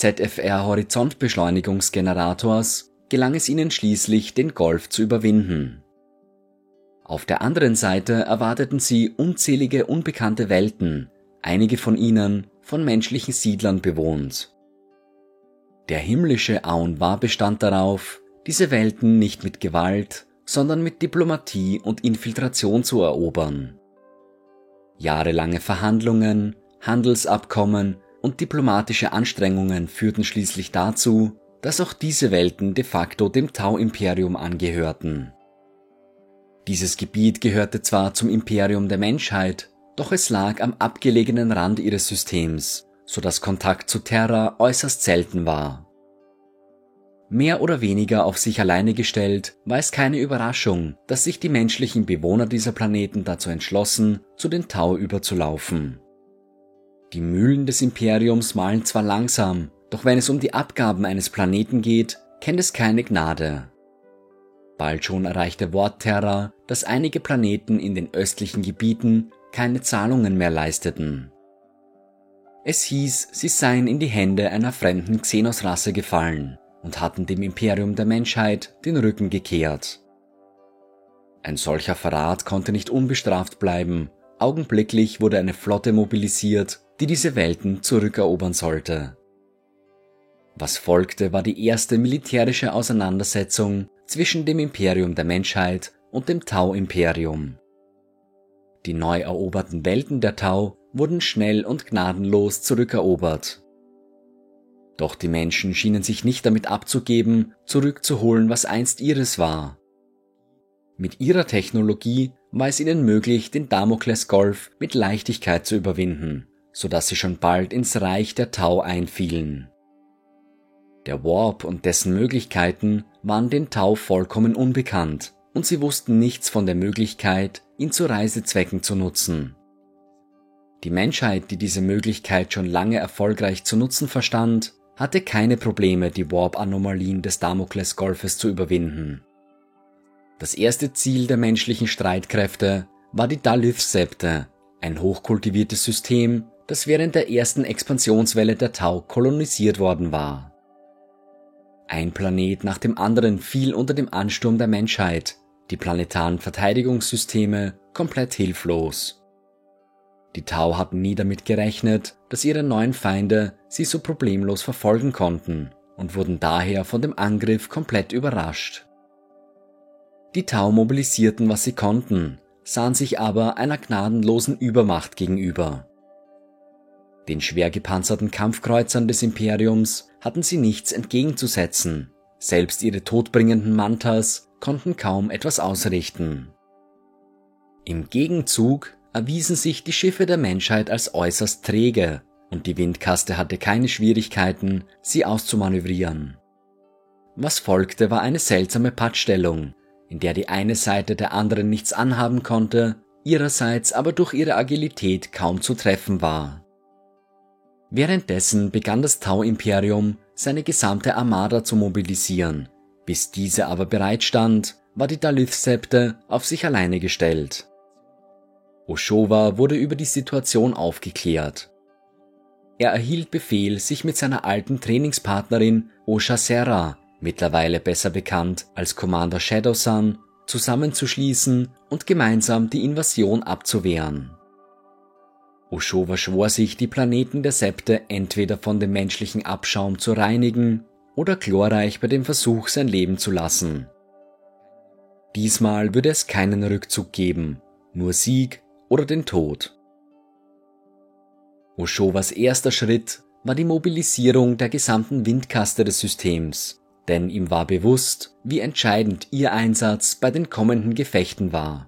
ZFR-Horizontbeschleunigungsgenerators, gelang es ihnen schließlich, den Golf zu überwinden. Auf der anderen Seite erwarteten sie unzählige unbekannte Welten, einige von ihnen von menschlichen Siedlern bewohnt. Der himmlische Aun war bestand darauf, diese Welten nicht mit Gewalt, sondern mit Diplomatie und Infiltration zu erobern. Jahrelange Verhandlungen, Handelsabkommen und diplomatische Anstrengungen führten schließlich dazu, dass auch diese Welten de facto dem Tau-Imperium angehörten. Dieses Gebiet gehörte zwar zum Imperium der Menschheit, doch es lag am abgelegenen Rand ihres Systems, sodass Kontakt zu Terra äußerst selten war. Mehr oder weniger auf sich alleine gestellt, war es keine Überraschung, dass sich die menschlichen Bewohner dieser Planeten dazu entschlossen, zu den Tau überzulaufen. Die Mühlen des Imperiums mahlen zwar langsam, doch wenn es um die Abgaben eines Planeten geht, kennt es keine Gnade. Bald schon erreichte Wort Terra, dass einige Planeten in den östlichen Gebieten keine Zahlungen mehr leisteten. Es hieß, sie seien in die Hände einer fremden Xenos-Rasse gefallen und hatten dem Imperium der Menschheit den Rücken gekehrt. Ein solcher Verrat konnte nicht unbestraft bleiben. Augenblicklich wurde eine Flotte mobilisiert, die diese Welten zurückerobern sollte. Was folgte, war die erste militärische Auseinandersetzung zwischen dem Imperium der Menschheit und dem Tau-Imperium. Die neu eroberten Welten der Tau wurden schnell und gnadenlos zurückerobert. Doch die Menschen schienen sich nicht damit abzugeben, zurückzuholen, was einst ihres war. Mit ihrer Technologie war es ihnen möglich, den Damokles-Golf mit Leichtigkeit zu überwinden, sodass sie schon bald ins Reich der Tau einfielen. Der Warp und dessen Möglichkeiten waren den Tau vollkommen unbekannt und sie wussten nichts von der Möglichkeit, ihn zu Reisezwecken zu nutzen. Die Menschheit, die diese Möglichkeit schon lange erfolgreich zu nutzen verstand, hatte keine Probleme, die Warp-Anomalien des Damoklesgolfes zu überwinden. Das erste Ziel der menschlichen Streitkräfte war die Dal'Yth-Septe, ein hochkultiviertes System, das während der ersten Expansionswelle der Tau kolonisiert worden war. Ein Planet nach dem anderen fiel unter dem Ansturm der Menschheit, die planetaren Verteidigungssysteme komplett hilflos. Die Tau hatten nie damit gerechnet, dass ihre neuen Feinde sie so problemlos verfolgen konnten und wurden daher von dem Angriff komplett überrascht. Die Tau mobilisierten, was sie konnten, sahen sich aber einer gnadenlosen Übermacht gegenüber. Den schwer gepanzerten Kampfkreuzern des Imperiums hatten sie nichts entgegenzusetzen, selbst ihre todbringenden Mantas konnten kaum etwas ausrichten. Im Gegenzug erwiesen sich die Schiffe der Menschheit als äußerst träge und die Windkaste hatte keine Schwierigkeiten, sie auszumanövrieren. Was folgte, war eine seltsame Pattstellung, in der die eine Seite der anderen nichts anhaben konnte, ihrerseits aber durch ihre Agilität kaum zu treffen war. Währenddessen begann das Tau-Imperium, seine gesamte Armada zu mobilisieren. Bis diese aber bereitstand, war die Dal'Yth-Septe auf sich alleine gestellt. Ochoa wurde über die Situation aufgeklärt. Er erhielt Befehl, sich mit seiner alten Trainingspartnerin Osha Serra, mittlerweile besser bekannt als Commander Shadowsun, zusammenzuschließen und gemeinsam die Invasion abzuwehren. Ochoa schwor sich, die Planeten der Septe entweder von dem menschlichen Abschaum zu reinigen oder glorreich bei dem Versuch sein Leben zu lassen. Diesmal würde es keinen Rückzug geben, nur Sieg oder den Tod. Ochoas erster Schritt war die Mobilisierung der gesamten Windkaste des Systems, denn ihm war bewusst, wie entscheidend ihr Einsatz bei den kommenden Gefechten war.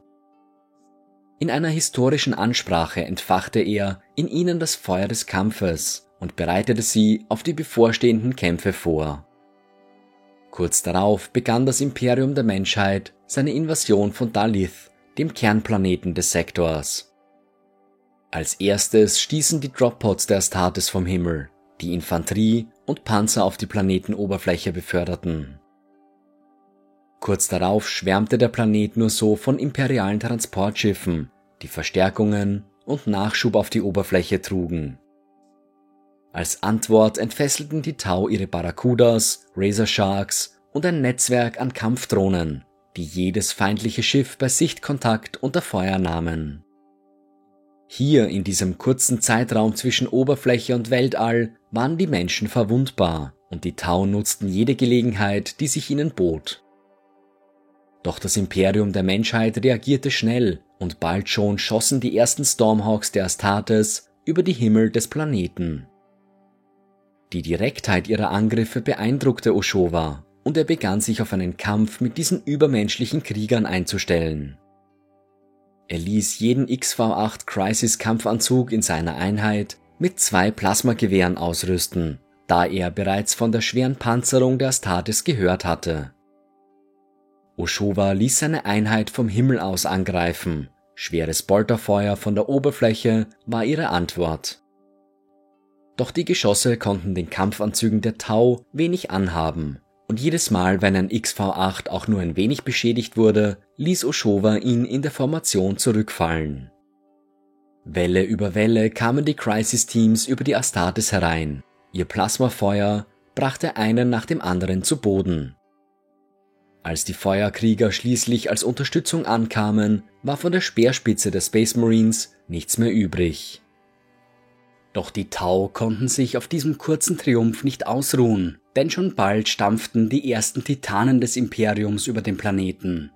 In einer historischen Ansprache entfachte er in ihnen das Feuer des Kampfes und bereitete sie auf die bevorstehenden Kämpfe vor. Kurz darauf begann das Imperium der Menschheit seine Invasion von Dal'Yth, dem Kernplaneten des Sektors. Als erstes stießen die Droppods der Astartes vom Himmel, die Infanterie und Panzer auf die Planetenoberfläche beförderten. Kurz darauf schwärmte der Planet nur so von imperialen Transportschiffen, die Verstärkungen und Nachschub auf die Oberfläche trugen. Als Antwort entfesselten die Tau ihre Barracudas, Razor Sharks und ein Netzwerk an Kampfdrohnen, die jedes feindliche Schiff bei Sichtkontakt unter Feuer nahmen. Hier in diesem kurzen Zeitraum zwischen Oberfläche und Weltall waren die Menschen verwundbar und die Tau nutzten jede Gelegenheit, die sich ihnen bot. Doch das Imperium der Menschheit reagierte schnell und bald schon schossen die ersten Stormhawks der Astartes über die Himmel des Planeten. Die Direktheit ihrer Angriffe beeindruckte Ochoa und er begann sich auf einen Kampf mit diesen übermenschlichen Kriegern einzustellen. Er ließ jeden XV-8 Crisis-Kampfanzug in seiner Einheit mit 2 Plasmagewehren ausrüsten, da er bereits von der schweren Panzerung der Astartes gehört hatte. Ochoa ließ seine Einheit vom Himmel aus angreifen. Schweres Bolterfeuer von der Oberfläche war ihre Antwort. Doch die Geschosse konnten den Kampfanzügen der Tau wenig anhaben, und jedes Mal, wenn ein XV-8 auch nur ein wenig beschädigt wurde, ließ Ochoa ihn in der Formation zurückfallen. Welle über Welle kamen die Crisis-Teams über die Astartes herein. Ihr Plasmafeuer brachte einen nach dem anderen zu Boden. Als die Feuerkrieger schließlich als Unterstützung ankamen, war von der Speerspitze der Space Marines nichts mehr übrig. Doch die Tau konnten sich auf diesem kurzen Triumph nicht ausruhen, denn schon bald stampften die ersten Titanen des Imperiums über den Planeten.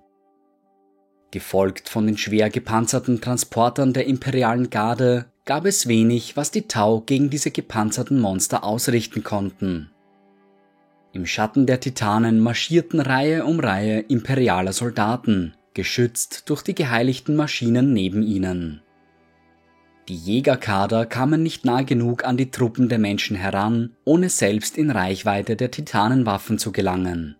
Gefolgt von den schwer gepanzerten Transportern der imperialen Garde gab es wenig, was die Tau gegen diese gepanzerten Monster ausrichten konnten. Im Schatten der Titanen marschierten Reihe um Reihe imperialer Soldaten, geschützt durch die geheiligten Maschinen neben ihnen. Die Jägerkader kamen nicht nah genug an die Truppen der Menschen heran, ohne selbst in Reichweite der Titanenwaffen zu gelangen.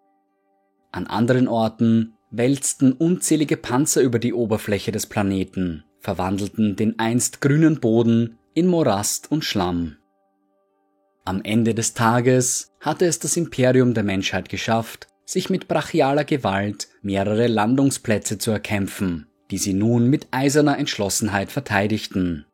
An anderen Orten wälzten unzählige Panzer über die Oberfläche des Planeten, verwandelten den einst grünen Boden in Morast und Schlamm. Am Ende des Tages hatte es das Imperium der Menschheit geschafft, sich mit brachialer Gewalt mehrere Landungsplätze zu erkämpfen, die sie nun mit eiserner Entschlossenheit verteidigten.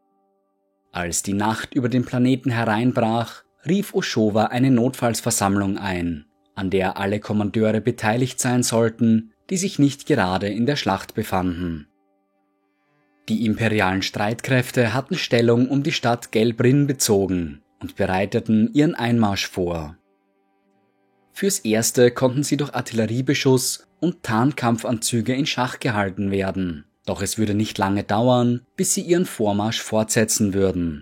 Als die Nacht über den Planeten hereinbrach, rief Ochoa eine Notfallsversammlung ein, an der alle Kommandeure beteiligt sein sollten, die sich nicht gerade in der Schlacht befanden. Die imperialen Streitkräfte hatten Stellung um die Stadt Gelbrin bezogen und bereiteten ihren Einmarsch vor. Fürs Erste konnten sie durch Artilleriebeschuss und Tarnkampfanzüge in Schach gehalten werden, doch es würde nicht lange dauern, bis sie ihren Vormarsch fortsetzen würden.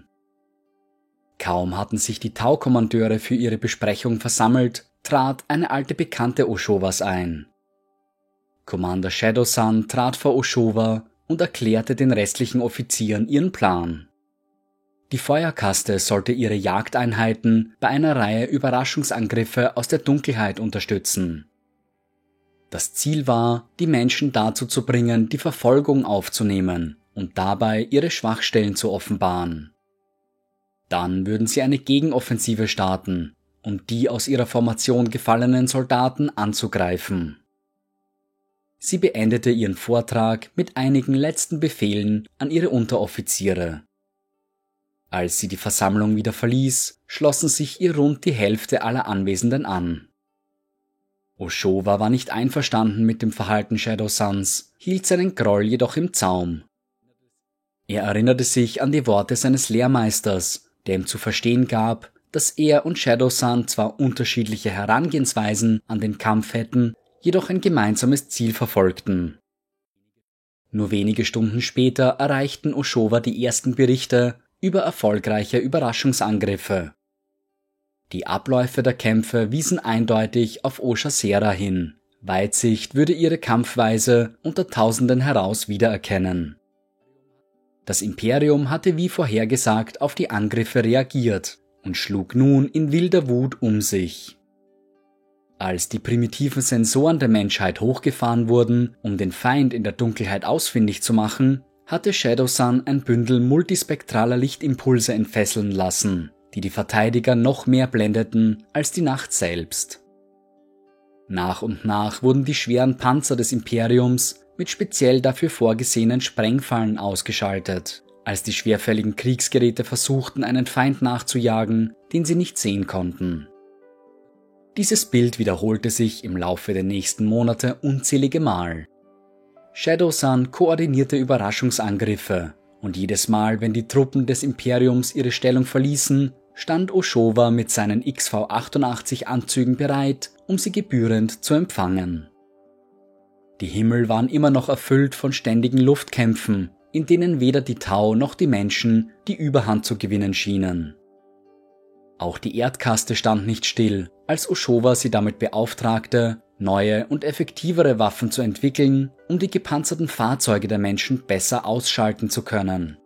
Kaum hatten sich die Tau-Kommandeure für ihre Besprechung versammelt, trat eine alte Bekannte Ochoas ein. Commander Shadowsun trat vor Ochoa und erklärte den restlichen Offizieren ihren Plan. Die Feuerkaste sollte ihre Jagdeinheiten bei einer Reihe Überraschungsangriffe aus der Dunkelheit unterstützen. Das Ziel war, die Menschen dazu zu bringen, die Verfolgung aufzunehmen und dabei ihre Schwachstellen zu offenbaren. Dann würden sie eine Gegenoffensive starten, um die aus ihrer Formation gefallenen Soldaten anzugreifen. Sie beendete ihren Vortrag mit einigen letzten Befehlen an ihre Unteroffiziere. Als sie die Versammlung wieder verließ, schlossen sich ihr rund die Hälfte aller Anwesenden an. Ochoa war nicht einverstanden mit dem Verhalten Shadowsuns, hielt seinen Groll jedoch im Zaum. Er erinnerte sich an die Worte seines Lehrmeisters, der ihm zu verstehen gab, dass er und Shadowsun zwar unterschiedliche Herangehensweisen an den Kampf hätten, jedoch ein gemeinsames Ziel verfolgten. Nur wenige Stunden später erreichten Ochoa die ersten Berichte über erfolgreiche Überraschungsangriffe. Die Abläufe der Kämpfe wiesen eindeutig auf Osha Sera hin. Weitsicht würde ihre Kampfweise unter Tausenden heraus wiedererkennen. Das Imperium hatte wie vorhergesagt auf die Angriffe reagiert und schlug nun in wilder Wut um sich. Als die primitiven Sensoren der Menschheit hochgefahren wurden, um den Feind in der Dunkelheit ausfindig zu machen, hatte Shadowsun ein Bündel multispektraler Lichtimpulse entfesseln lassen, die die Verteidiger noch mehr blendeten als die Nacht selbst. Nach und nach wurden die schweren Panzer des Imperiums mit speziell dafür vorgesehenen Sprengfallen ausgeschaltet, als die schwerfälligen Kriegsgeräte versuchten, einen Feind nachzujagen, den sie nicht sehen konnten. Dieses Bild wiederholte sich im Laufe der nächsten Monate unzählige Mal. Shadowsun koordinierte Überraschungsangriffe und jedes Mal, wenn die Truppen des Imperiums ihre Stellung verließen, stand Ochoa mit seinen XV-88 Anzügen bereit, um sie gebührend zu empfangen. Die Himmel waren immer noch erfüllt von ständigen Luftkämpfen, in denen weder die Tau noch die Menschen die Überhand zu gewinnen schienen. Auch die Erdkaste stand nicht still, als Ochoa sie damit beauftragte, neue und effektivere Waffen zu entwickeln, um die gepanzerten Fahrzeuge der Menschen besser ausschalten zu können.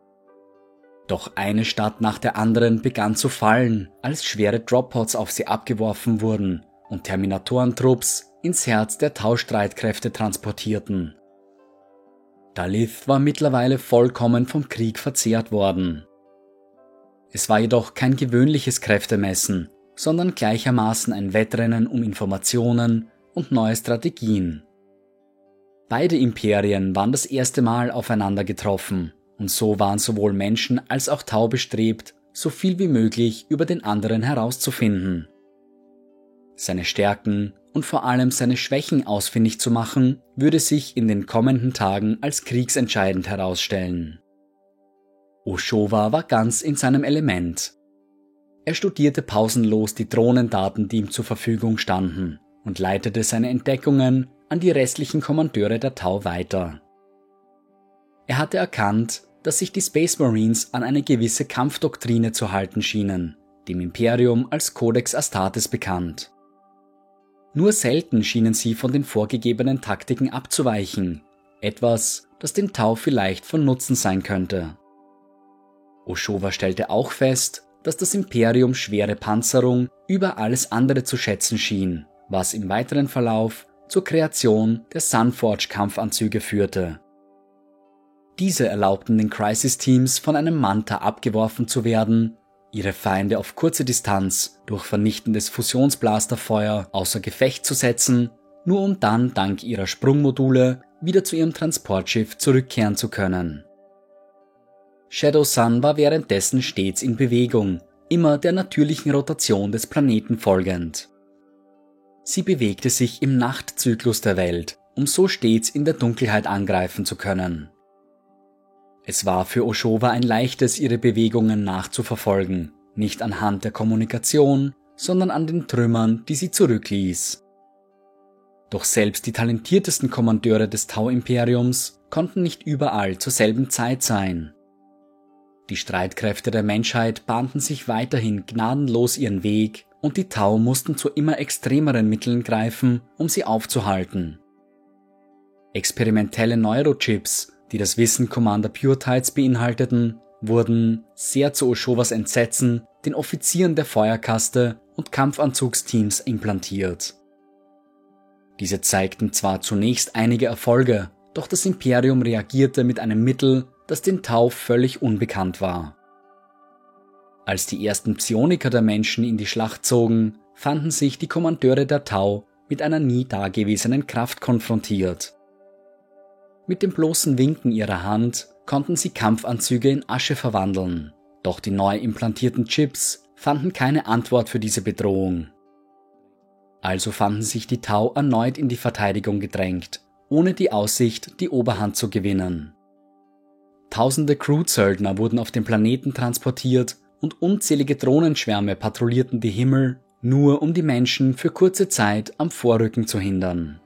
Doch eine Stadt nach der anderen begann zu fallen, als schwere Droppods auf sie abgeworfen wurden und Terminatorentrupps ins Herz der Tau-Streitkräfte transportierten. Dalith war mittlerweile vollkommen vom Krieg verzehrt worden. Es war jedoch kein gewöhnliches Kräftemessen, sondern gleichermaßen ein Wettrennen um Informationen und neue Strategien. Beide Imperien waren das erste Mal aufeinander getroffen, und so waren sowohl Menschen als auch Tau bestrebt, so viel wie möglich über den anderen herauszufinden. Seine Stärken und vor allem seine Schwächen ausfindig zu machen, würde sich in den kommenden Tagen als kriegsentscheidend herausstellen. Ochoa war ganz in seinem Element. Er studierte pausenlos die Drohnendaten, die ihm zur Verfügung standen, und leitete seine Entdeckungen an die restlichen Kommandeure der Tau weiter. Er hatte erkannt, dass sich die Space Marines an eine gewisse Kampfdoktrine zu halten schienen, dem Imperium als Codex Astartes bekannt. Nur selten schienen sie von den vorgegebenen Taktiken abzuweichen, etwas, das den Tau vielleicht von Nutzen sein könnte. Ochoa stellte auch fest, dass das Imperium schwere Panzerung über alles andere zu schätzen schien, was im weiteren Verlauf zur Kreation der Sunforge-Kampfanzüge führte. Diese erlaubten den Crisis-Teams von einem Manta abgeworfen zu werden, ihre Feinde auf kurze Distanz durch vernichtendes Fusionsblasterfeuer außer Gefecht zu setzen, nur um dann dank ihrer Sprungmodule wieder zu ihrem Transportschiff zurückkehren zu können. Shadow Sun war währenddessen stets in Bewegung, immer der natürlichen Rotation des Planeten folgend. Sie bewegte sich im Nachtzyklus der Welt, um so stets in der Dunkelheit angreifen zu können. Es war für Ochoa ein leichtes, ihre Bewegungen nachzuverfolgen, nicht anhand der Kommunikation, sondern an den Trümmern, die sie zurückließ. Doch selbst die talentiertesten Kommandeure des Tau-Imperiums konnten nicht überall zur selben Zeit sein. Die Streitkräfte der Menschheit bahnten sich weiterhin gnadenlos ihren Weg und die Tau mussten zu immer extremeren Mitteln greifen, um sie aufzuhalten. Experimentelle Neurochips, die das Wissen Commander Pure-Tides beinhalteten, wurden, sehr zu Ochoas Entsetzen, den Offizieren der Feuerkaste und Kampfanzugsteams implantiert. Diese zeigten zwar zunächst einige Erfolge, doch das Imperium reagierte mit einem Mittel, das den Tau völlig unbekannt war. Als die ersten Psioniker der Menschen in die Schlacht zogen, fanden sich die Kommandeure der Tau mit einer nie dagewesenen Kraft konfrontiert. Mit dem bloßen Winken ihrer Hand konnten sie Kampfanzüge in Asche verwandeln, doch die neu implantierten Chips fanden keine Antwort für diese Bedrohung. Also fanden sich die Tau erneut in die Verteidigung gedrängt, ohne die Aussicht, die Oberhand zu gewinnen. Tausende Crew-Söldner wurden auf den Planeten transportiert und unzählige Drohnenschwärme patrouillierten die Himmel, nur um die Menschen für kurze Zeit am Vorrücken zu hindern.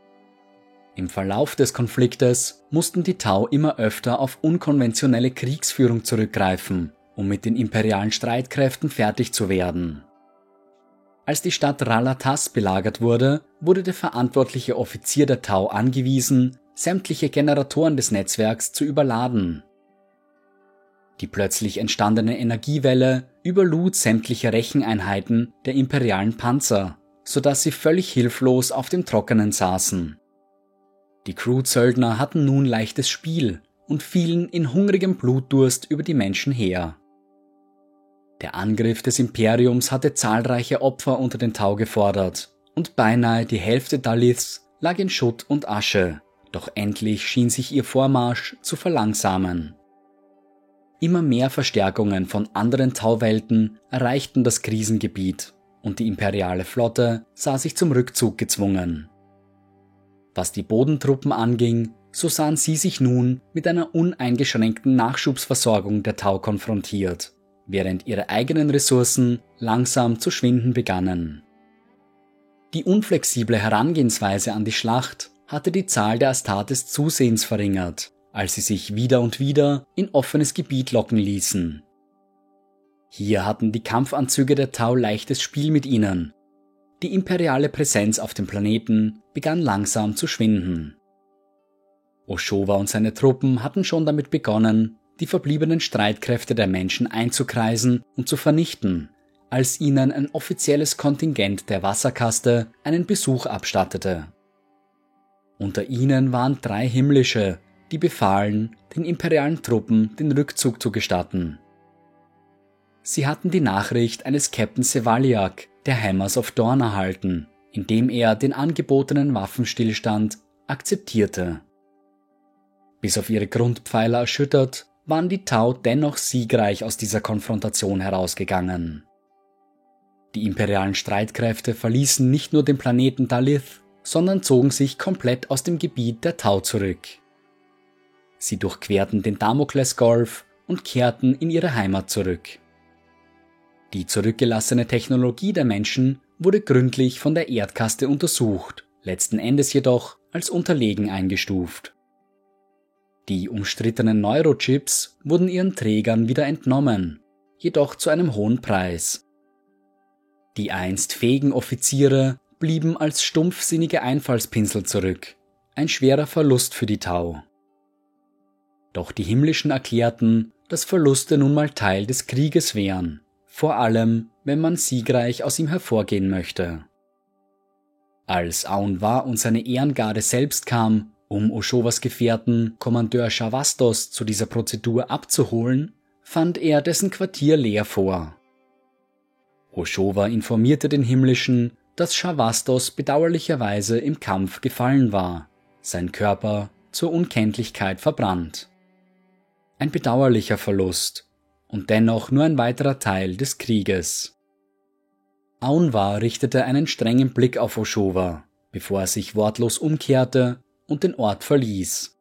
Im Verlauf des Konfliktes mussten die Tau immer öfter auf unkonventionelle Kriegsführung zurückgreifen, um mit den imperialen Streitkräften fertig zu werden. Als die Stadt Ralatas belagert wurde, wurde der verantwortliche Offizier der Tau angewiesen, sämtliche Generatoren des Netzwerks zu überladen. Die plötzlich entstandene Energiewelle überlud sämtliche Recheneinheiten der imperialen Panzer, sodass sie völlig hilflos auf dem Trockenen saßen. Die Crew-Söldner hatten nun leichtes Spiel und fielen in hungrigem Blutdurst über die Menschen her. Der Angriff des Imperiums hatte zahlreiche Opfer unter den Tau gefordert und beinahe die Hälfte Daliths lag in Schutt und Asche, doch endlich schien sich ihr Vormarsch zu verlangsamen. Immer mehr Verstärkungen von anderen Tauwelten erreichten das Krisengebiet und die imperiale Flotte sah sich zum Rückzug gezwungen. Was die Bodentruppen anging, so sahen sie sich nun mit einer uneingeschränkten Nachschubsversorgung der Tau konfrontiert, während ihre eigenen Ressourcen langsam zu schwinden begannen. Die unflexible Herangehensweise an die Schlacht hatte die Zahl der Astartes zusehends verringert, als sie sich wieder und wieder in offenes Gebiet locken ließen. Hier hatten die Kampfanzüge der Tau leichtes Spiel mit ihnen. Die imperiale Präsenz auf dem Planeten begann langsam zu schwinden. Ochoa und seine Truppen hatten schon damit begonnen, die verbliebenen Streitkräfte der Menschen einzukreisen und zu vernichten, als ihnen ein offizielles Kontingent der Wasserkaste einen Besuch abstattete. Unter ihnen waren 3 himmlische, die befahlen, den imperialen Truppen den Rückzug zu gestatten. Sie hatten die Nachricht eines Captain Sevaliak, der Hammers of Dawn, erhalten, indem er den angebotenen Waffenstillstand akzeptierte. Bis auf ihre Grundpfeiler erschüttert, waren die Tau dennoch siegreich aus dieser Konfrontation herausgegangen. Die imperialen Streitkräfte verließen nicht nur den Planeten Dalith, sondern zogen sich komplett aus dem Gebiet der Tau zurück. Sie durchquerten den Damoklesgolf und kehrten in ihre Heimat zurück. Die zurückgelassene Technologie der Menschen wurde gründlich von der Erdkaste untersucht, letzten Endes jedoch als unterlegen eingestuft. Die umstrittenen Neurochips wurden ihren Trägern wieder entnommen, jedoch zu einem hohen Preis. Die einst fähigen Offiziere blieben als stumpfsinnige Einfallspinsel zurück, ein schwerer Verlust für die Tau. Doch die Himmlischen erklärten, dass Verluste nun mal Teil des Krieges wären, vor allem, wenn man siegreich aus ihm hervorgehen möchte. Als Aun Wa und seine Ehrengarde selbst kam, um Oshowas Gefährten Kommandeur Shavastos zu dieser Prozedur abzuholen, fand er dessen Quartier leer vor. Oshowa informierte den Himmlischen, dass Shavastos bedauerlicherweise im Kampf gefallen war, sein Körper zur Unkenntlichkeit verbrannt. Ein bedauerlicher Verlust und dennoch nur ein weiterer Teil des Krieges. Aun Wa richtete einen strengen Blick auf Oshowa, bevor er sich wortlos umkehrte und den Ort verließ.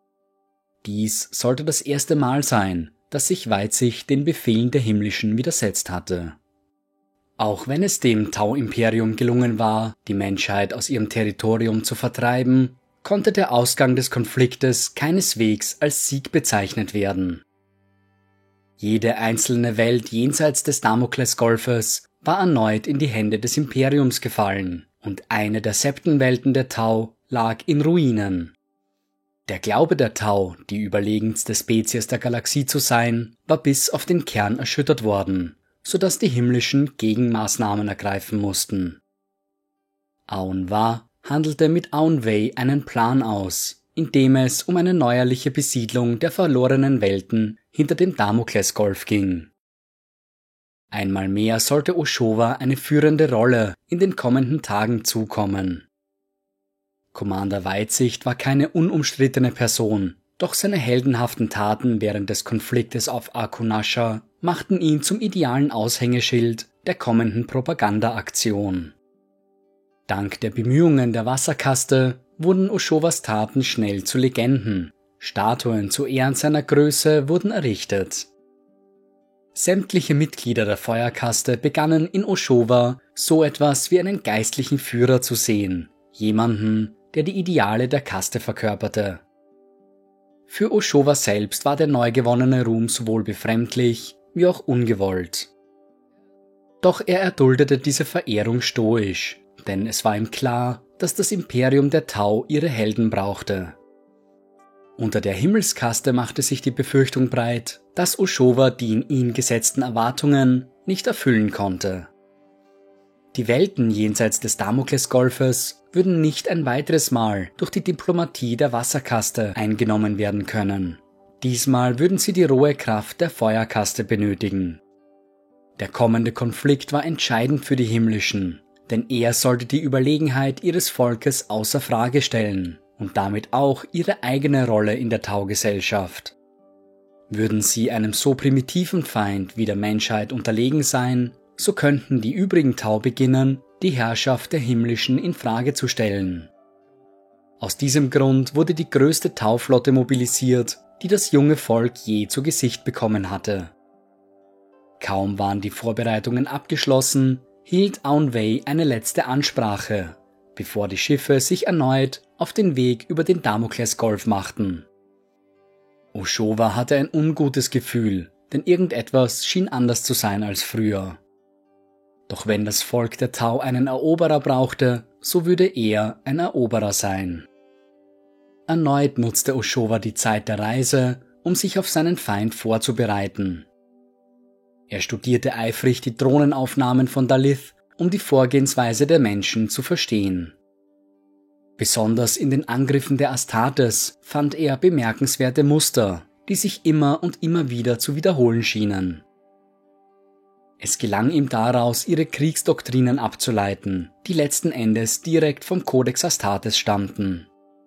Dies sollte das erste Mal sein, dass sich Weitsicht den Befehlen der Himmlischen widersetzt hatte. Auch wenn es dem Tau-Imperium gelungen war, die Menschheit aus ihrem Territorium zu vertreiben, konnte der Ausgang des Konfliktes keineswegs als Sieg bezeichnet werden. Jede einzelne Welt jenseits des Damoklesgolfes war erneut in die Hände des Imperiums gefallen und eine der Septenwelten der Tau lag in Ruinen. Der Glaube der Tau, die überlegenste Spezies der Galaxie zu sein, war bis auf den Kern erschüttert worden, sodass die Himmlischen Gegenmaßnahmen ergreifen mussten. Aun Wa handelte mit Aun Wei einen Plan aus, in dem es um eine neuerliche Besiedlung der verlorenen Welten hinter dem Damoklesgolf ging. Einmal mehr sollte Oshowa eine führende Rolle in den kommenden Tagen zukommen. Commander Weitsicht war keine unumstrittene Person, doch seine heldenhaften Taten während des Konfliktes auf Akunasha machten ihn zum idealen Aushängeschild der kommenden Propagandaaktion. Dank der Bemühungen der Wasserkaste wurden Oshowas Taten schnell zu Legenden. Statuen zu Ehren seiner Größe wurden errichtet. Sämtliche Mitglieder der Feuerkaste begannen in Oshowa so etwas wie einen geistlichen Führer zu sehen, jemanden, der die Ideale der Kaste verkörperte. Für Oshowa selbst war der neu gewonnene Ruhm sowohl befremdlich wie auch ungewollt. Doch er erduldete diese Verehrung stoisch, denn es war ihm klar, dass das Imperium der Tau ihre Helden brauchte. Unter der Himmelskaste machte sich die Befürchtung breit, dass Oshowa die in ihn gesetzten Erwartungen nicht erfüllen konnte. Die Welten jenseits des Damoklesgolfes würden nicht ein weiteres Mal durch die Diplomatie der Wasserkaste eingenommen werden können. Diesmal würden sie die rohe Kraft der Feuerkaste benötigen. Der kommende Konflikt war entscheidend für die Himmlischen, denn er sollte die Überlegenheit ihres Volkes außer Frage stellen und damit auch ihre eigene Rolle in der Tau-Gesellschaft. Würden sie einem so primitiven Feind wie der Menschheit unterlegen sein, so könnten die übrigen Tau beginnen, die Herrschaft der Himmlischen in Frage zu stellen. Aus diesem Grund wurde die größte Tauflotte mobilisiert, die das junge Volk je zu Gesicht bekommen hatte. Kaum waren die Vorbereitungen abgeschlossen, hielt Aun Wei eine letzte Ansprache, bevor die Schiffe sich erneut auf den Weg über den Damoklesgolf machten. Oshowa hatte ein ungutes Gefühl, denn irgendetwas schien anders zu sein als früher. Doch wenn das Volk der Tau einen Eroberer brauchte, so würde er ein Eroberer sein. Erneut nutzte Oshowa die Zeit der Reise, um sich auf seinen Feind vorzubereiten. Er studierte eifrig die Drohnenaufnahmen von Dalith, um die Vorgehensweise der Menschen zu verstehen. Besonders in den Angriffen der Astartes fand er bemerkenswerte Muster, die sich immer und immer wieder zu wiederholen schienen. Es gelang ihm daraus, ihre Kriegsdoktrinen abzuleiten, die letzten Endes direkt vom Codex Astartes stammten.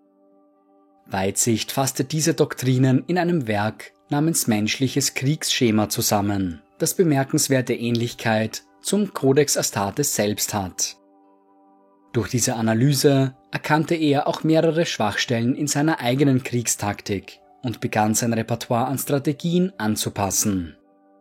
Weitsicht fasste diese Doktrinen in einem Werk namens Menschliches Kriegsschema zusammen, das bemerkenswerte Ähnlichkeit zum Codex Astartes selbst hat. Durch diese Analyse erkannte er auch mehrere Schwachstellen in seiner eigenen Kriegstaktik und begann sein Repertoire an Strategien anzupassen.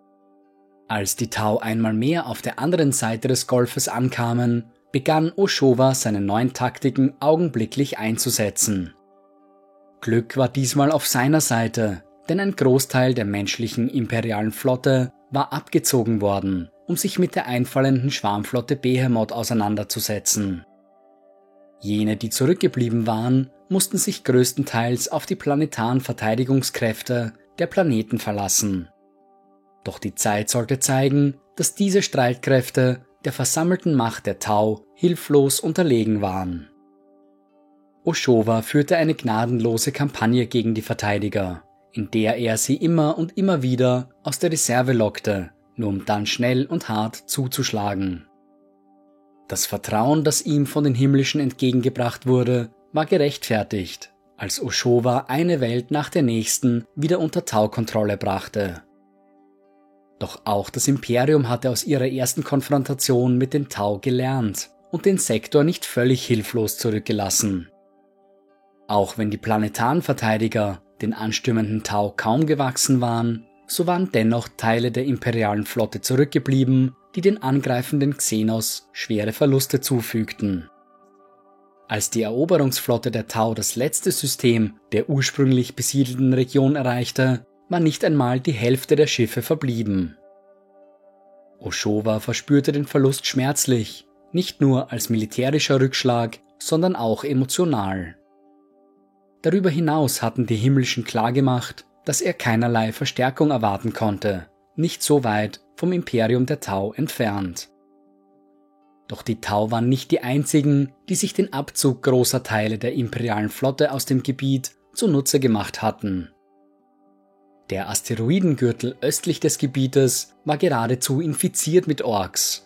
Als die Tau einmal mehr auf der anderen Seite des Golfes ankamen, begann Oshowa seine neuen Taktiken augenblicklich einzusetzen. Glück war diesmal auf seiner Seite, denn ein Großteil der menschlichen imperialen Flotte war abgezogen worden, um sich mit der einfallenden Schwarmflotte Behemoth auseinanderzusetzen. Jene, die zurückgeblieben waren, mussten sich größtenteils auf die planetaren Verteidigungskräfte der Planeten verlassen. Doch die Zeit sollte zeigen, dass diese Streitkräfte der versammelten Macht der Tau hilflos unterlegen waren. Ochoa führte eine gnadenlose Kampagne gegen die Verteidiger, in der er sie immer und immer wieder aus der Reserve lockte, nur um dann schnell und hart zuzuschlagen. Das Vertrauen, das ihm von den Himmlischen entgegengebracht wurde, war gerechtfertigt, als Ochoa eine Welt nach der nächsten wieder unter Tau-Kontrolle brachte. Doch auch das Imperium hatte aus ihrer ersten Konfrontation mit den Tau gelernt und den Sektor nicht völlig hilflos zurückgelassen. Auch wenn die planetaren Verteidiger den anstürmenden Tau kaum gewachsen waren, so waren dennoch Teile der imperialen Flotte zurückgeblieben, die den angreifenden Xenos schwere Verluste zufügten. Als die Eroberungsflotte der Tau das letzte System der ursprünglich besiedelten Region erreichte, war nicht einmal die Hälfte der Schiffe verblieben. Ochoa verspürte den Verlust schmerzlich, nicht nur als militärischer Rückschlag, sondern auch emotional. Darüber hinaus hatten die Himmlischen klargemacht, dass er keinerlei Verstärkung erwarten konnte, nicht so weit vom Imperium der Tau entfernt. Doch die Tau waren nicht die einzigen, die sich den Abzug großer Teile der imperialen Flotte aus dem Gebiet zunutze gemacht hatten. Der Asteroidengürtel östlich des Gebietes war geradezu infiziert mit Orks.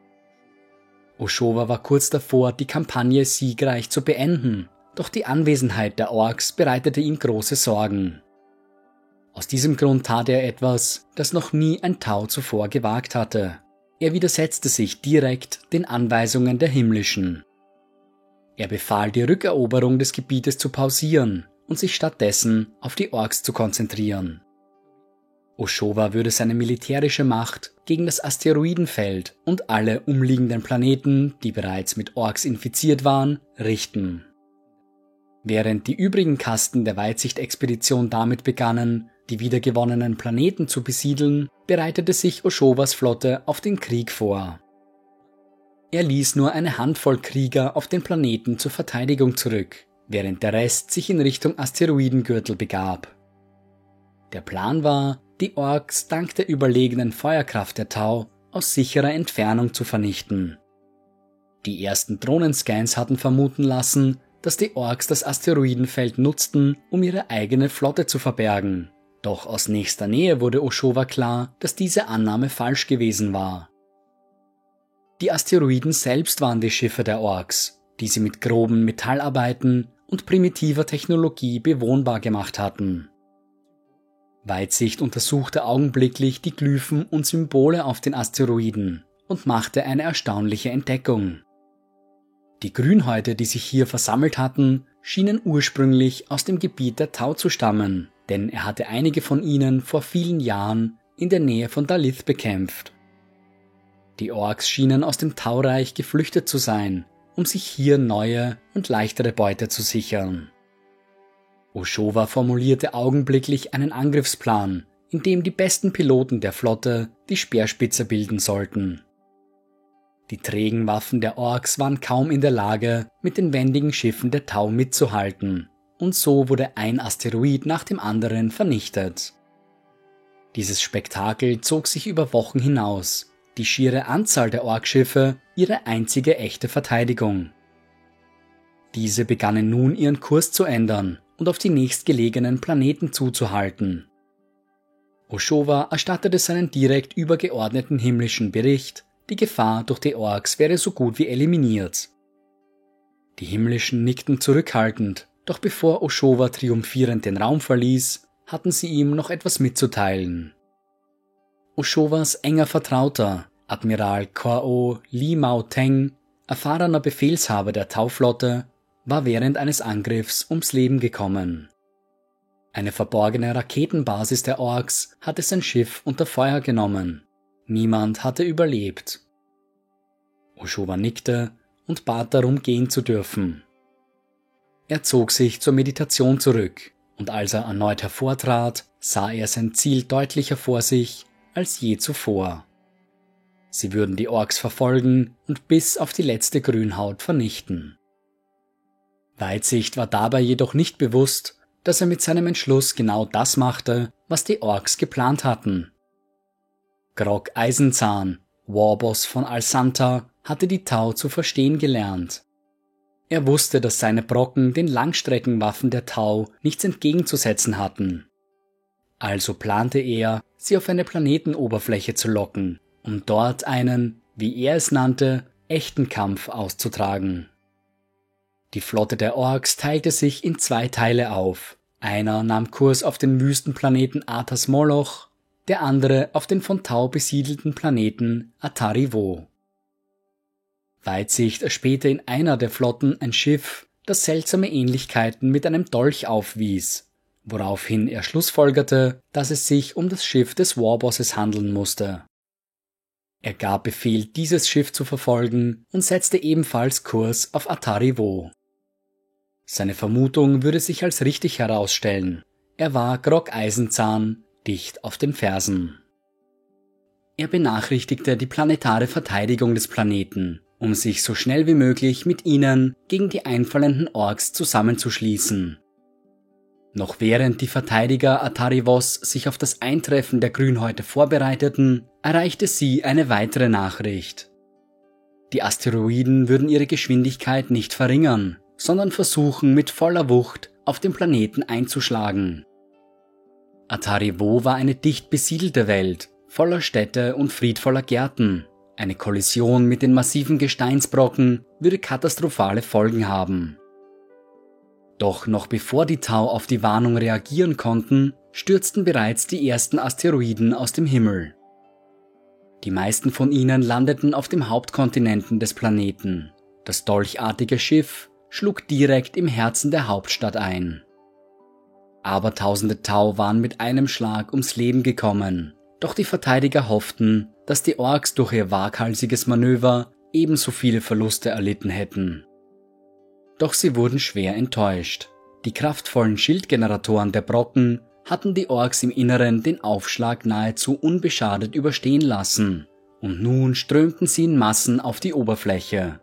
Ochoa war kurz davor, die Kampagne siegreich zu beenden, doch die Anwesenheit der Orks bereitete ihm große Sorgen. Aus diesem Grund tat er etwas, das noch nie ein Tau zuvor gewagt hatte. Er widersetzte sich direkt den Anweisungen der Himmlischen. Er befahl, die Rückeroberung des Gebietes zu pausieren und sich stattdessen auf die Orks zu konzentrieren. Ochoa würde seine militärische Macht gegen das Asteroidenfeld und alle umliegenden Planeten, die bereits mit Orks infiziert waren, richten. Während die übrigen Kasten der Weitsicht-Expedition damit begannen, die wiedergewonnenen Planeten zu besiedeln, bereitete sich Ochoas Flotte auf den Krieg vor. Er ließ nur eine Handvoll Krieger auf den Planeten zur Verteidigung zurück, während der Rest sich in Richtung Asteroidengürtel begab. Der Plan war, die Orks dank der überlegenen Feuerkraft der Tau aus sicherer Entfernung zu vernichten. Die ersten Drohnenscans hatten vermuten lassen, dass die Orks das Asteroidenfeld nutzten, um ihre eigene Flotte zu verbergen. Doch aus nächster Nähe wurde Ochoa klar, dass diese Annahme falsch gewesen war. Die Asteroiden selbst waren die Schiffe der Orks, die sie mit groben Metallarbeiten und primitiver Technologie bewohnbar gemacht hatten. Weitsicht untersuchte augenblicklich die Glyphen und Symbole auf den Asteroiden und machte eine erstaunliche Entdeckung. Die Grünhäute, die sich hier versammelt hatten, schienen ursprünglich aus dem Gebiet der Tau zu stammen, denn er hatte einige von ihnen vor vielen Jahren in der Nähe von Dalith bekämpft. Die Orks schienen aus dem Taureich geflüchtet zu sein, um sich hier neue und leichtere Beute zu sichern. Ochoa formulierte augenblicklich einen Angriffsplan, in dem die besten Piloten der Flotte die Speerspitze bilden sollten. Die trägen Waffen der Orks waren kaum in der Lage, mit den wendigen Schiffen der Tau mitzuhalten, und so wurde ein Asteroid nach dem anderen vernichtet. Dieses Spektakel zog sich über Wochen hinaus, die schiere Anzahl der Orkschiffe ihre einzige echte Verteidigung. Diese begannen nun ihren Kurs zu ändern und auf die nächstgelegenen Planeten zuzuhalten. Ochoa erstattete seinen direkt übergeordneten himmlischen Bericht, die Gefahr durch die Orks wäre so gut wie eliminiert. Die Himmlischen nickten zurückhaltend, doch bevor Ochoa triumphierend den Raum verließ, hatten sie ihm noch etwas mitzuteilen. Ochoas enger Vertrauter, Admiral Kor-O Li Mao Teng, erfahrener Befehlshaber der Tauflotte, war während eines Angriffs ums Leben gekommen. Eine verborgene Raketenbasis der Orks hatte sein Schiff unter Feuer genommen. Niemand hatte überlebt. Ochoa nickte und bat darum, gehen zu dürfen. Er zog sich zur Meditation zurück, und als er erneut hervortrat, sah er sein Ziel deutlicher vor sich als je zuvor. Sie würden die Orks verfolgen und bis auf die letzte Grünhaut vernichten. Weitsicht war dabei jedoch nicht bewusst, dass er mit seinem Entschluss genau das machte, was die Orks geplant hatten. Grog Eisenzahn, Warboss von Alsanta, hatte die Tau zu verstehen gelernt. Er wusste, dass seine Brocken den Langstreckenwaffen der Tau nichts entgegenzusetzen hatten. Also plante er, sie auf eine Planetenoberfläche zu locken, um dort einen, wie er es nannte, echten Kampf auszutragen. Die Flotte der Orks teilte sich in 2 Teile auf. Einer nahm Kurs auf den Wüstenplaneten Arthas Moloch, der andere auf den von Tau besiedelten Planeten Atari Vo. Weitsicht erspähte in einer der Flotten ein Schiff, das seltsame Ähnlichkeiten mit einem Dolch aufwies, woraufhin er schlussfolgerte, dass es sich um das Schiff des Warbosses handeln musste. Er gab Befehl, dieses Schiff zu verfolgen und setzte ebenfalls Kurs auf Atari Vo. Seine Vermutung würde sich als richtig herausstellen. Er war Grog Eisenzahn dicht auf den Fersen. Er benachrichtigte die planetare Verteidigung des Planeten, um sich so schnell wie möglich mit ihnen gegen die einfallenden Orks zusammenzuschließen. Noch während die Verteidiger Atari Vos sich auf das Eintreffen der Grünhäute vorbereiteten, erreichte sie eine weitere Nachricht. Die Asteroiden würden ihre Geschwindigkeit nicht verringern, sondern versuchen mit voller Wucht auf den Planeten einzuschlagen. Atari Vo war eine dicht besiedelte Welt, voller Städte und friedvoller Gärten. Eine Kollision mit den massiven Gesteinsbrocken würde katastrophale Folgen haben. Doch noch bevor die Tau auf die Warnung reagieren konnten, stürzten bereits die ersten Asteroiden aus dem Himmel. Die meisten von ihnen landeten auf dem Hauptkontinenten des Planeten. Das dolchartige Schiff schlug direkt im Herzen der Hauptstadt ein. Abertausende Tau waren mit einem Schlag ums Leben gekommen, doch die Verteidiger hofften, dass die Orks durch ihr waghalsiges Manöver ebenso viele Verluste erlitten hätten. Doch sie wurden schwer enttäuscht. Die kraftvollen Schildgeneratoren der Brocken hatten die Orks im Inneren den Aufschlag nahezu unbeschadet überstehen lassen, und nun strömten sie in Massen auf die Oberfläche.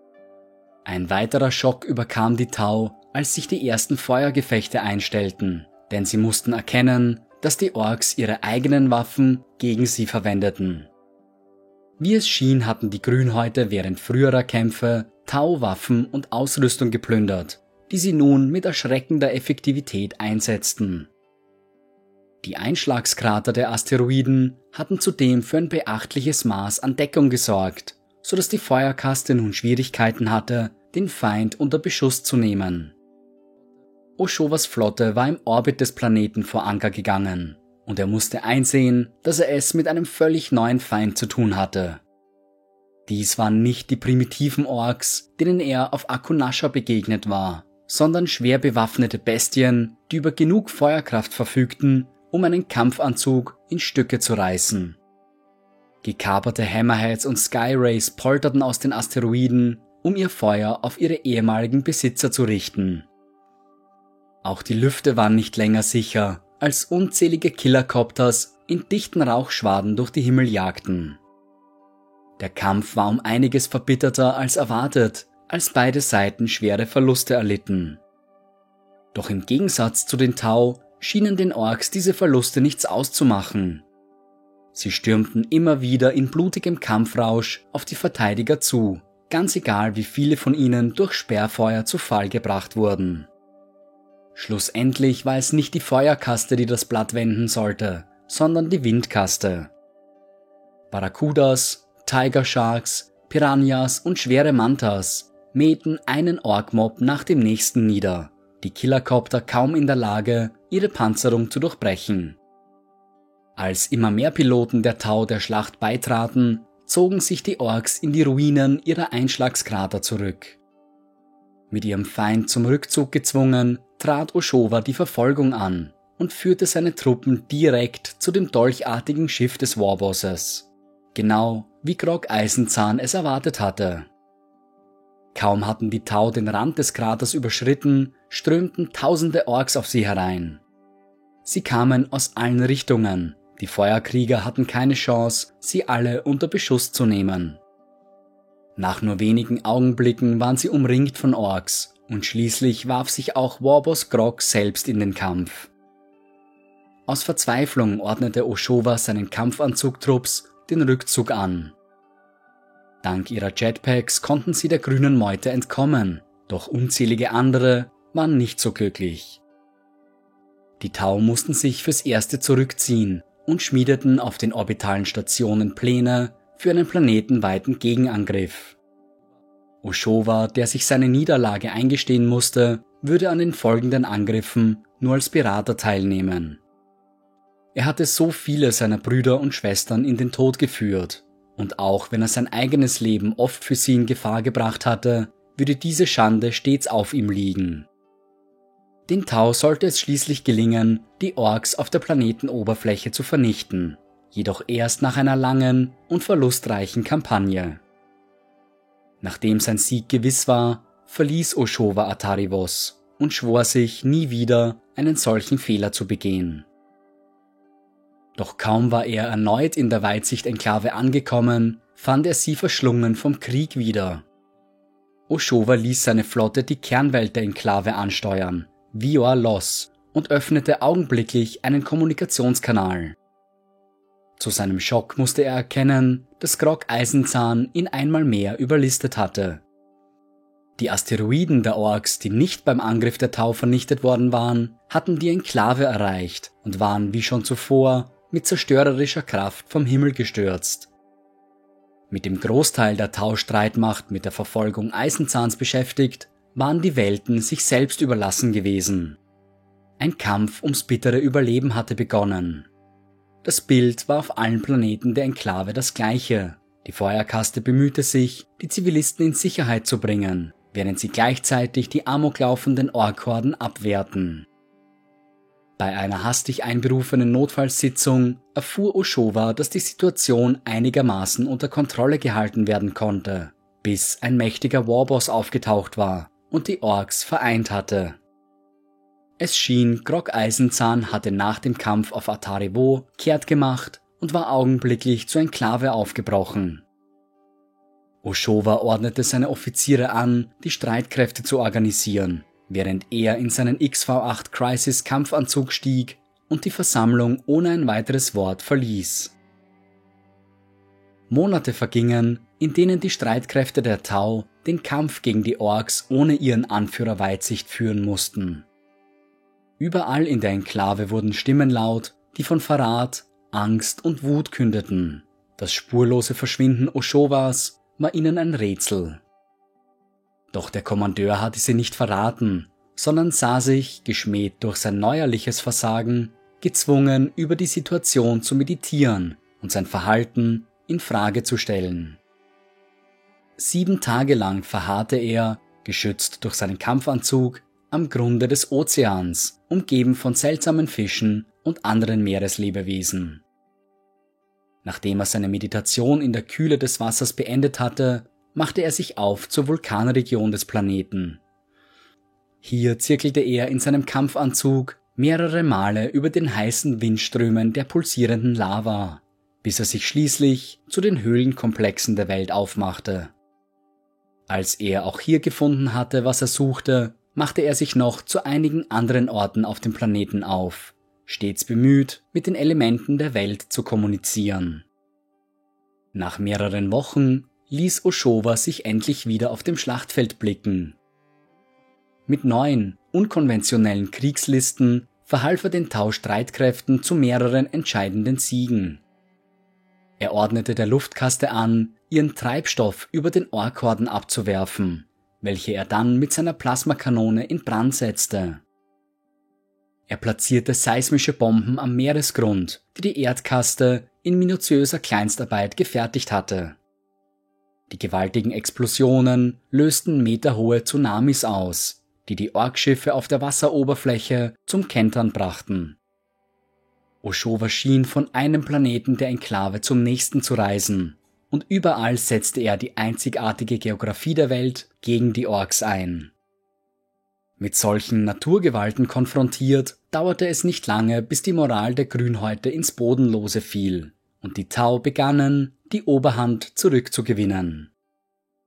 Ein weiterer Schock überkam die Tau, als sich die ersten Feuergefechte einstellten, denn sie mussten erkennen, dass die Orks ihre eigenen Waffen gegen sie verwendeten. Wie es schien, hatten die Grünhäute während früherer Kämpfe Tau-Waffen und Ausrüstung geplündert, die sie nun mit erschreckender Effektivität einsetzten. Die Einschlagskrater der Asteroiden hatten zudem für ein beachtliches Maß an Deckung gesorgt, sodass die Feuerkaste nun Schwierigkeiten hatte, den Feind unter Beschuss zu nehmen. Oshovas Flotte war im Orbit des Planeten vor Anker gegangen, und er musste einsehen, dass er es mit einem völlig neuen Feind zu tun hatte. Dies waren nicht die primitiven Orks, denen er auf Akunasha begegnet war, sondern schwer bewaffnete Bestien, die über genug Feuerkraft verfügten, um einen Kampfanzug in Stücke zu reißen. Gekaperte Hammerheads und Skyrays polterten aus den Asteroiden, um ihr Feuer auf ihre ehemaligen Besitzer zu richten. Auch die Lüfte waren nicht länger sicher, als unzählige Killercopters in dichten Rauchschwaden durch die Himmel jagten. Der Kampf war um einiges verbitterter als erwartet, als beide Seiten schwere Verluste erlitten. Doch im Gegensatz zu den Tau schienen den Orks diese Verluste nichts auszumachen. Sie stürmten immer wieder in blutigem Kampfrausch auf die Verteidiger zu, ganz egal wie viele von ihnen durch Sperrfeuer zu Fall gebracht wurden. Schlussendlich war es nicht die Feuerkaste, die das Blatt wenden sollte, sondern die Windkaste. Barracudas, Tiger Sharks, Piranhas und schwere Mantas mähten einen Orkmob nach dem nächsten nieder, die Killercopter kaum in der Lage, ihre Panzerung zu durchbrechen. Als immer mehr Piloten der Tau der Schlacht beitraten, zogen sich die Orks in die Ruinen ihrer Einschlagskrater zurück. Mit ihrem Feind zum Rückzug gezwungen, trat Oshova die Verfolgung an und führte seine Truppen direkt zu dem dolchartigen Schiff des Warbosses. Genau wie Grog Eisenzahn es erwartet hatte. Kaum hatten die Tau den Rand des Kraters überschritten, strömten tausende Orks auf sie herein. Sie kamen aus allen Richtungen, die Feuerkrieger hatten keine Chance, sie alle unter Beschuss zu nehmen. Nach nur wenigen Augenblicken waren sie umringt von Orks Und schließlich warf sich auch Warboss Grog selbst in den Kampf. Aus Verzweiflung ordnete Ochoa seinen Kampfanzugtrupps den Rückzug an. Dank ihrer Jetpacks konnten sie der grünen Meute entkommen, doch unzählige andere waren nicht so glücklich. Die Tau mussten sich fürs Erste zurückziehen und schmiedeten auf den orbitalen Stationen Pläne für einen planetenweiten Gegenangriff. Ochoa, der sich seine Niederlage eingestehen musste, würde an den folgenden Angriffen nur als Berater teilnehmen. Er hatte so viele seiner Brüder und Schwestern in den Tod geführt, und auch wenn er sein eigenes Leben oft für sie in Gefahr gebracht hatte, würde diese Schande stets auf ihm liegen. Den Tau sollte es schließlich gelingen, die Orks auf der Planetenoberfläche zu vernichten, jedoch erst nach einer langen und verlustreichen Kampagne. Nachdem sein Sieg gewiss war, verließ Ochoa Atarivos und schwor sich, nie wieder einen solchen Fehler zu begehen. Doch kaum war er erneut in der Weitsicht-Enklave angekommen, fand er sie verschlungen vom Krieg wieder. Ochoa ließ seine Flotte die Kernwelt der Enklave ansteuern, Vior Los, und öffnete augenblicklich einen Kommunikationskanal. Zu seinem Schock musste er erkennen, dass Grog Eisenzahn ihn einmal mehr überlistet hatte. Die Asteroiden der Orks, die nicht beim Angriff der Tau vernichtet worden waren, hatten die Enklave erreicht und waren wie schon zuvor mit zerstörerischer Kraft vom Himmel gestürzt. Mit dem Großteil der Tau-Streitmacht mit der Verfolgung Eisenzahns beschäftigt, waren die Welten sich selbst überlassen gewesen. Ein Kampf ums bittere Überleben hatte begonnen. Das Bild war auf allen Planeten der Enklave das gleiche. Die Feuerkaste bemühte sich, die Zivilisten in Sicherheit zu bringen, während sie gleichzeitig die amoklaufenden Ork-Horden abwehrten. Bei einer hastig einberufenen Notfallsitzung erfuhr Ochoa, dass die Situation einigermaßen unter Kontrolle gehalten werden konnte, bis ein mächtiger Warboss aufgetaucht war und die Orks vereint hatte. Es schien, Grog Eisenzahn hatte nach dem Kampf auf Atarivo kehrt gemacht und war augenblicklich zur Enklave aufgebrochen. Ochoa ordnete seine Offiziere an, die Streitkräfte zu organisieren, während er in seinen XV-8 Crisis Kampfanzug stieg und die Versammlung ohne ein weiteres Wort verließ. Monate vergingen, in denen die Streitkräfte der Tau den Kampf gegen die Orks ohne ihren Anführer Weitsicht führen mussten. Überall in der Enklave wurden Stimmen laut, die von Verrat, Angst und Wut kündeten. Das spurlose Verschwinden Ochoas war ihnen ein Rätsel. Doch der Kommandeur hatte sie nicht verraten, sondern sah sich, geschmäht durch sein neuerliches Versagen, gezwungen, über die Situation zu meditieren und sein Verhalten in Frage zu stellen. 7 Tage lang verharrte er, geschützt durch seinen Kampfanzug, am Grunde des Ozeans, umgeben von seltsamen Fischen und anderen Meereslebewesen. Nachdem er seine Meditation in der Kühle des Wassers beendet hatte, machte er sich auf zur Vulkanregion des Planeten. Hier zirkelte er in seinem Kampfanzug mehrere Male über den heißen Windströmen der pulsierenden Lava, bis er sich schließlich zu den Höhlenkomplexen der Welt aufmachte. Als er auch hier gefunden hatte, was er suchte, machte er sich noch zu einigen anderen Orten auf dem Planeten auf, stets bemüht, mit den Elementen der Welt zu kommunizieren. Nach mehreren Wochen ließ Ochoa sich endlich wieder auf dem Schlachtfeld blicken. Mit neuen, unkonventionellen Kriegslisten verhalf er den Tau-Streitkräften zu mehreren entscheidenden Siegen. Er ordnete der Luftkaste an, ihren Treibstoff über den Ork-Horden abzuwerfen, welche er dann mit seiner Plasmakanone in Brand setzte. Er platzierte seismische Bomben am Meeresgrund, die die Erdkaste in minutiöser Kleinstarbeit gefertigt hatte. Die gewaltigen Explosionen lösten meterhohe Tsunamis aus, die die Orkschiffe auf der Wasseroberfläche zum Kentern brachten. Ochoa schien von einem Planeten der Enklave zum nächsten zu reisen, und überall setzte er die einzigartige Geografie der Welt gegen die Orks ein. Mit solchen Naturgewalten konfrontiert, dauerte es nicht lange, bis die Moral der Grünhäute ins Bodenlose fiel und die Tau begannen, die Oberhand zurückzugewinnen.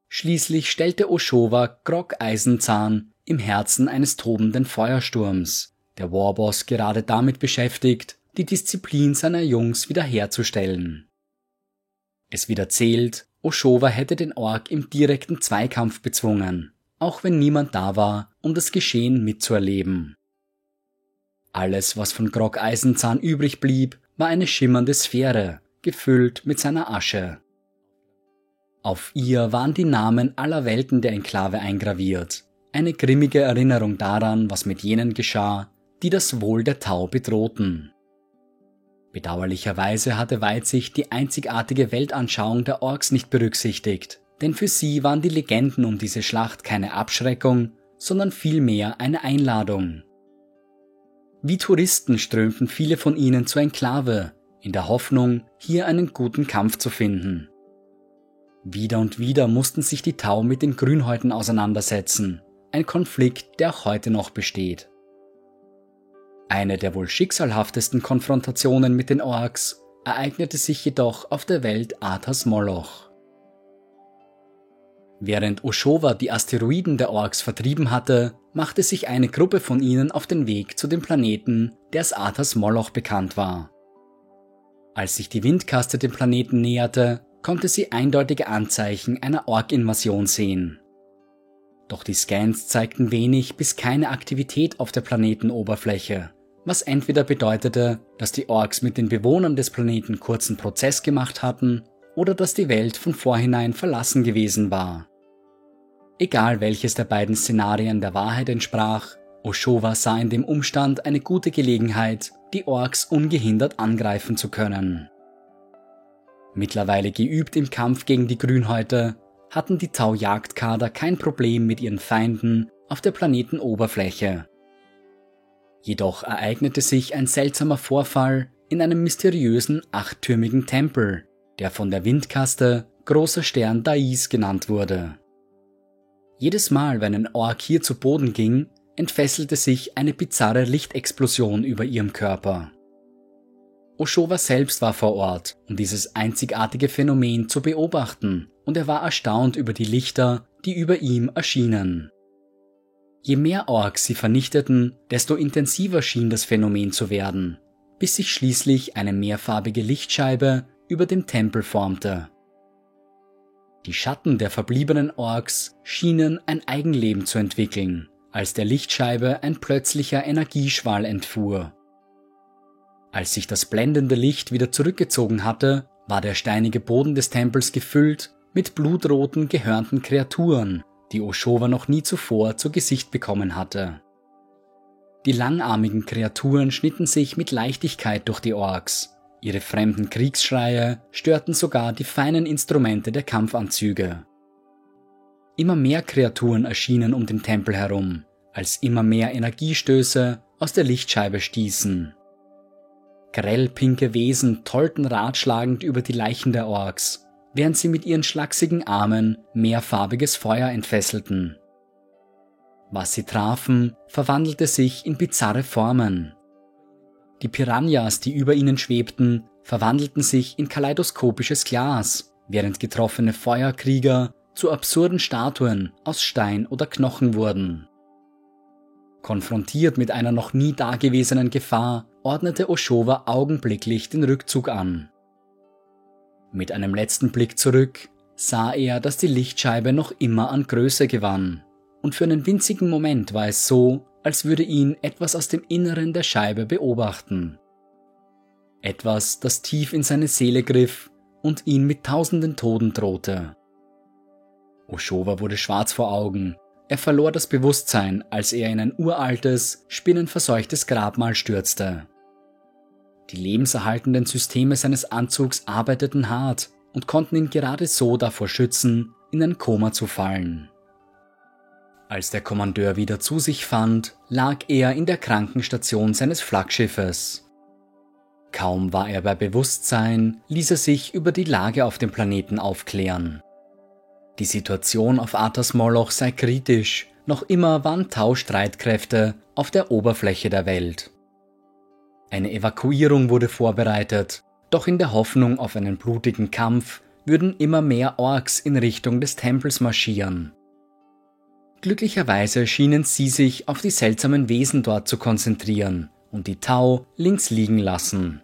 Schließlich stellte Ochoa Grog Eisenzahn im Herzen eines tobenden Feuersturms, der Warboss gerade damit beschäftigt, die Disziplin seiner Jungs wiederherzustellen. Es wird erzählt, Ochoa hätte den Ork im direkten Zweikampf bezwungen, auch wenn niemand da war, um das Geschehen mitzuerleben. Alles, was von Grog Eisenzahn übrig blieb, war eine schimmernde Sphäre, gefüllt mit seiner Asche. Auf ihr waren die Namen aller Welten der Enklave eingraviert, eine grimmige Erinnerung daran, was mit jenen geschah, die das Wohl der Tau bedrohten. Bedauerlicherweise hatte Weitsicht die einzigartige Weltanschauung der Orks nicht berücksichtigt, denn für sie waren die Legenden um diese Schlacht keine Abschreckung, sondern vielmehr eine Einladung. Wie Touristen strömten viele von ihnen zur Enklave, in der Hoffnung, hier einen guten Kampf zu finden. Wieder und wieder mussten sich die Tau mit den Grünhäuten auseinandersetzen, ein Konflikt, der auch heute noch besteht. Eine der wohl schicksalhaftesten Konfrontationen mit den Orks ereignete sich jedoch auf der Welt Arthas Moloch. Während Ochoa die Asteroiden der Orks vertrieben hatte, machte sich eine Gruppe von ihnen auf den Weg zu dem Planeten, der als Arthas Moloch bekannt war. Als sich die Windkaste dem Planeten näherte, konnte sie eindeutige Anzeichen einer Ork-Invasion sehen. Doch die Scans zeigten wenig bis keine Aktivität auf der Planetenoberfläche, was entweder bedeutete, dass die Orks mit den Bewohnern des Planeten kurzen Prozess gemacht hatten oder dass die Welt von vorhinein verlassen gewesen war. Egal welches der beiden Szenarien der Wahrheit entsprach, Ochoa sah in dem Umstand eine gute Gelegenheit, die Orks ungehindert angreifen zu können. Mittlerweile geübt im Kampf gegen die Grünhäute, hatten die Tau-Jagdkader kein Problem mit ihren Feinden auf der Planetenoberfläche. Jedoch ereignete sich ein seltsamer Vorfall in einem mysteriösen achttürmigen Tempel, der von der Windkaste Großer Stern Dais genannt wurde. Jedes Mal, wenn ein Ork hier zu Boden ging, entfesselte sich eine bizarre Lichtexplosion über ihrem Körper. Ochoa selbst war vor Ort, um dieses einzigartige Phänomen zu beobachten, und er war erstaunt über die Lichter, die über ihm erschienen. Je mehr Orks sie vernichteten, desto intensiver schien das Phänomen zu werden, bis sich schließlich eine mehrfarbige Lichtscheibe über dem Tempel formte. Die Schatten der verbliebenen Orks schienen ein Eigenleben zu entwickeln, als der Lichtscheibe ein plötzlicher Energieschwall entfuhr. Als sich das blendende Licht wieder zurückgezogen hatte, war der steinige Boden des Tempels gefüllt mit blutroten, gehörnten Kreaturen, die Ochoa noch nie zuvor zu Gesicht bekommen hatte. Die langarmigen Kreaturen schnitten sich mit Leichtigkeit durch die Orks. Ihre fremden Kriegsschreie störten sogar die feinen Instrumente der Kampfanzüge. Immer mehr Kreaturen erschienen um den Tempel herum, als immer mehr Energiestöße aus der Lichtscheibe stießen. Grellpinke Wesen tollten ratschlagend über die Leichen der Orks, während sie mit ihren schlachsigen Armen mehrfarbiges Feuer entfesselten. Was sie trafen, verwandelte sich in bizarre Formen. Die Piranhas, die über ihnen schwebten, verwandelten sich in kaleidoskopisches Glas, während getroffene Feuerkrieger zu absurden Statuen aus Stein oder Knochen wurden. Konfrontiert mit einer noch nie dagewesenen Gefahr, ordnete Ochoa augenblicklich den Rückzug an. Mit einem letzten Blick zurück sah er, dass die Lichtscheibe noch immer an Größe gewann, und für einen winzigen Moment war es so, als würde ihn etwas aus dem Inneren der Scheibe beobachten. Etwas, das tief in seine Seele griff und ihn mit tausenden Toten drohte. Ochoa wurde schwarz vor Augen. Er verlor das Bewusstsein, als er in ein uraltes, spinnenverseuchtes Grabmal stürzte. Die lebenserhaltenden Systeme seines Anzugs arbeiteten hart und konnten ihn gerade so davor schützen, in ein Koma zu fallen. Als der Kommandeur wieder zu sich fand, lag er in der Krankenstation seines Flaggschiffes. Kaum war er bei Bewusstsein, ließ er sich über die Lage auf dem Planeten aufklären. Die Situation auf Arthas Moloch sei kritisch, noch immer waren Tau-Streitkräfte auf der Oberfläche der Welt. Eine Evakuierung wurde vorbereitet, doch in der Hoffnung auf einen blutigen Kampf würden immer mehr Orks in Richtung des Tempels marschieren. Glücklicherweise schienen sie sich auf die seltsamen Wesen dort zu konzentrieren und die Tau links liegen lassen.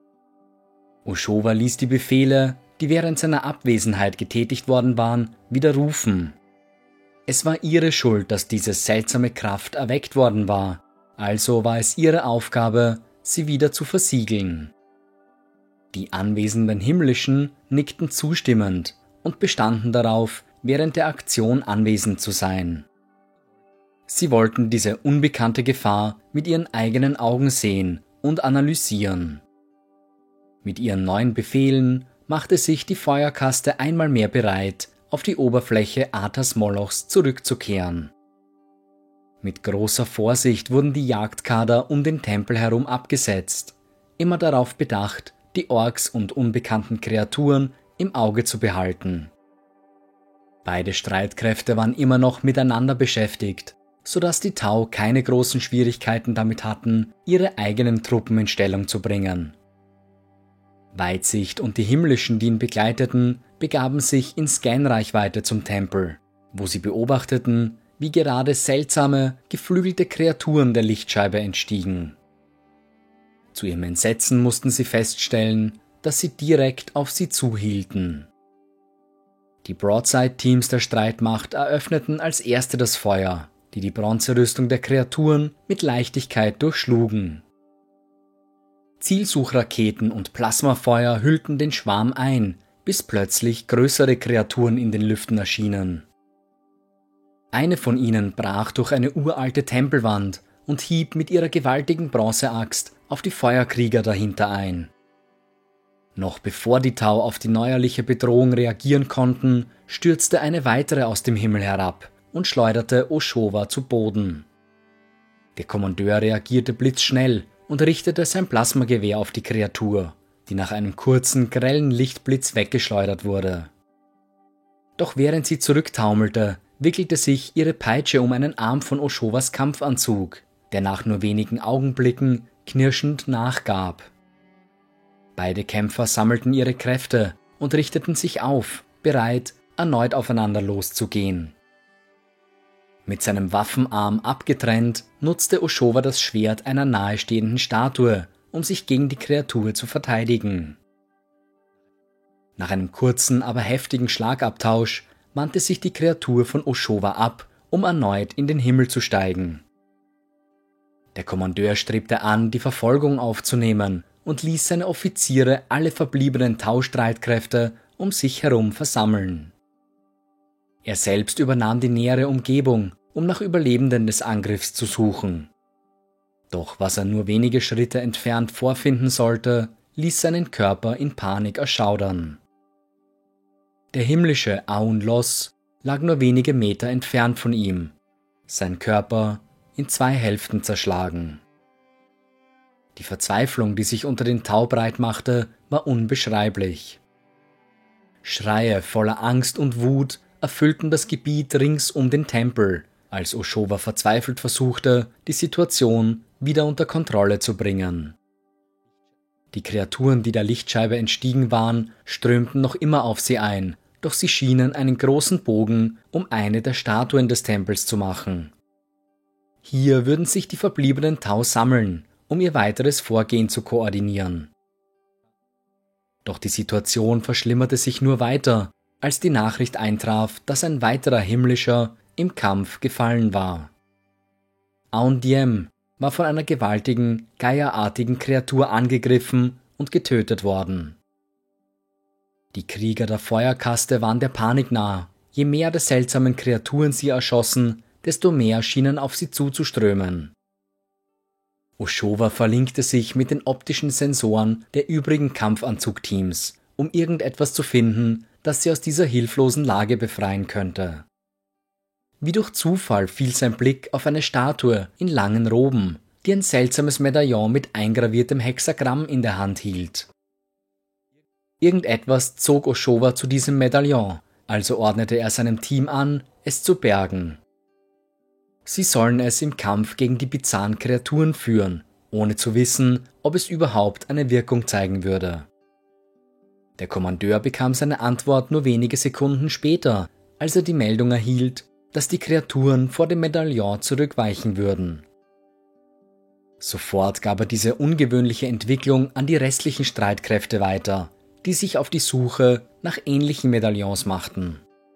Oshova ließ die Befehle, die während seiner Abwesenheit getätigt worden waren, widerrufen. Es war ihre Schuld, dass diese seltsame Kraft erweckt worden war, also war es ihre Aufgabe, sie wieder zu versiegeln. Die anwesenden Himmlischen nickten zustimmend und bestanden darauf, während der Aktion anwesend zu sein. Sie wollten diese unbekannte Gefahr mit ihren eigenen Augen sehen und analysieren. Mit ihren neuen Befehlen machte sich die Feuerkaste einmal mehr bereit, auf die Oberfläche Atas Molochs zurückzukehren. Mit großer Vorsicht wurden die Jagdkader um den Tempel herum abgesetzt, immer darauf bedacht, die Orks und unbekannten Kreaturen im Auge zu behalten. Beide Streitkräfte waren immer noch miteinander beschäftigt, sodass die Tau keine großen Schwierigkeiten damit hatten, ihre eigenen Truppen in Stellung zu bringen. Weitsicht und die Himmlischen, die ihn begleiteten, begaben sich in Scanreichweite zum Tempel, wo sie beobachteten, wie gerade seltsame, geflügelte Kreaturen der Lichtscheibe entstiegen. Zu ihrem Entsetzen mussten sie feststellen, dass sie direkt auf sie zuhielten. Die Broadside-Teams der Streitmacht eröffneten als erste das Feuer, die Bronzerüstung der Kreaturen mit Leichtigkeit durchschlugen. Zielsuchraketen und Plasmafeuer hüllten den Schwarm ein, bis plötzlich größere Kreaturen in den Lüften erschienen. Eine von ihnen brach durch eine uralte Tempelwand und hieb mit ihrer gewaltigen Bronzeaxt auf die Feuerkrieger dahinter ein. Noch bevor die Tau auf die neuerliche Bedrohung reagieren konnten, stürzte eine weitere aus dem Himmel herab und schleuderte Oshova zu Boden. Der Kommandeur reagierte blitzschnell und richtete sein Plasmagewehr auf die Kreatur, die nach einem kurzen, grellen Lichtblitz weggeschleudert wurde. Doch während sie zurücktaumelte, wickelte sich ihre Peitsche um einen Arm von Oshovas Kampfanzug, der nach nur wenigen Augenblicken knirschend nachgab. Beide Kämpfer sammelten ihre Kräfte und richteten sich auf, bereit, erneut aufeinander loszugehen. Mit seinem Waffenarm abgetrennt, nutzte Oshova das Schwert einer nahestehenden Statue, um sich gegen die Kreatur zu verteidigen. Nach einem kurzen, aber heftigen Schlagabtausch wandte sich die Kreatur von Oshova ab, um erneut in den Himmel zu steigen. Der Kommandeur strebte an, die Verfolgung aufzunehmen und ließ seine Offiziere alle verbliebenen Tau-Streitkräfte um sich herum versammeln. Er selbst übernahm die nähere Umgebung, um nach Überlebenden des Angriffs zu suchen. Doch was er nur wenige Schritte entfernt vorfinden sollte, ließ seinen Körper in Panik erschaudern. Der himmlische Aun Los lag nur wenige Meter entfernt von ihm, sein Körper in 2 Hälften zerschlagen. Die Verzweiflung, die sich unter den Tau breit machte, war unbeschreiblich. Schreie voller Angst und Wut erfüllten das Gebiet rings um den Tempel, als Oshova verzweifelt versuchte, die Situation wieder unter Kontrolle zu bringen. Die Kreaturen, die der Lichtscheibe entstiegen waren, strömten noch immer auf sie ein, doch sie schienen einen großen Bogen um eine der Statuen des Tempels zu machen. Hier würden sich die verbliebenen Tau sammeln, um ihr weiteres Vorgehen zu koordinieren. Doch die Situation verschlimmerte sich nur weiter, als die Nachricht eintraf, dass ein weiterer Himmlischer im Kampf gefallen war. Aun Diem war von einer gewaltigen, geierartigen Kreatur angegriffen und getötet worden. Die Krieger der Feuerkaste waren der Panik nah. Je mehr der seltsamen Kreaturen sie erschossen, desto mehr schienen auf sie zuzuströmen. Oshova verlinkte sich mit den optischen Sensoren der übrigen Kampfanzugteams, um irgendetwas zu finden, das sie aus dieser hilflosen Lage befreien könnte. Wie durch Zufall fiel sein Blick auf eine Statue in langen Roben, die ein seltsames Medaillon mit eingraviertem Hexagramm in der Hand hielt. Irgendetwas zog Oshova zu diesem Medaillon, also ordnete er seinem Team an, es zu bergen. Sie sollen es im Kampf gegen die bizarren Kreaturen führen, ohne zu wissen, ob es überhaupt eine Wirkung zeigen würde. Der Kommandeur bekam seine Antwort nur wenige Sekunden später, als er die Meldung erhielt, dass die Kreaturen vor dem Medaillon zurückweichen würden. Sofort gab er diese ungewöhnliche Entwicklung an die restlichen Streitkräfte weiter, die sich auf die Suche nach ähnlichen Medaillons machten.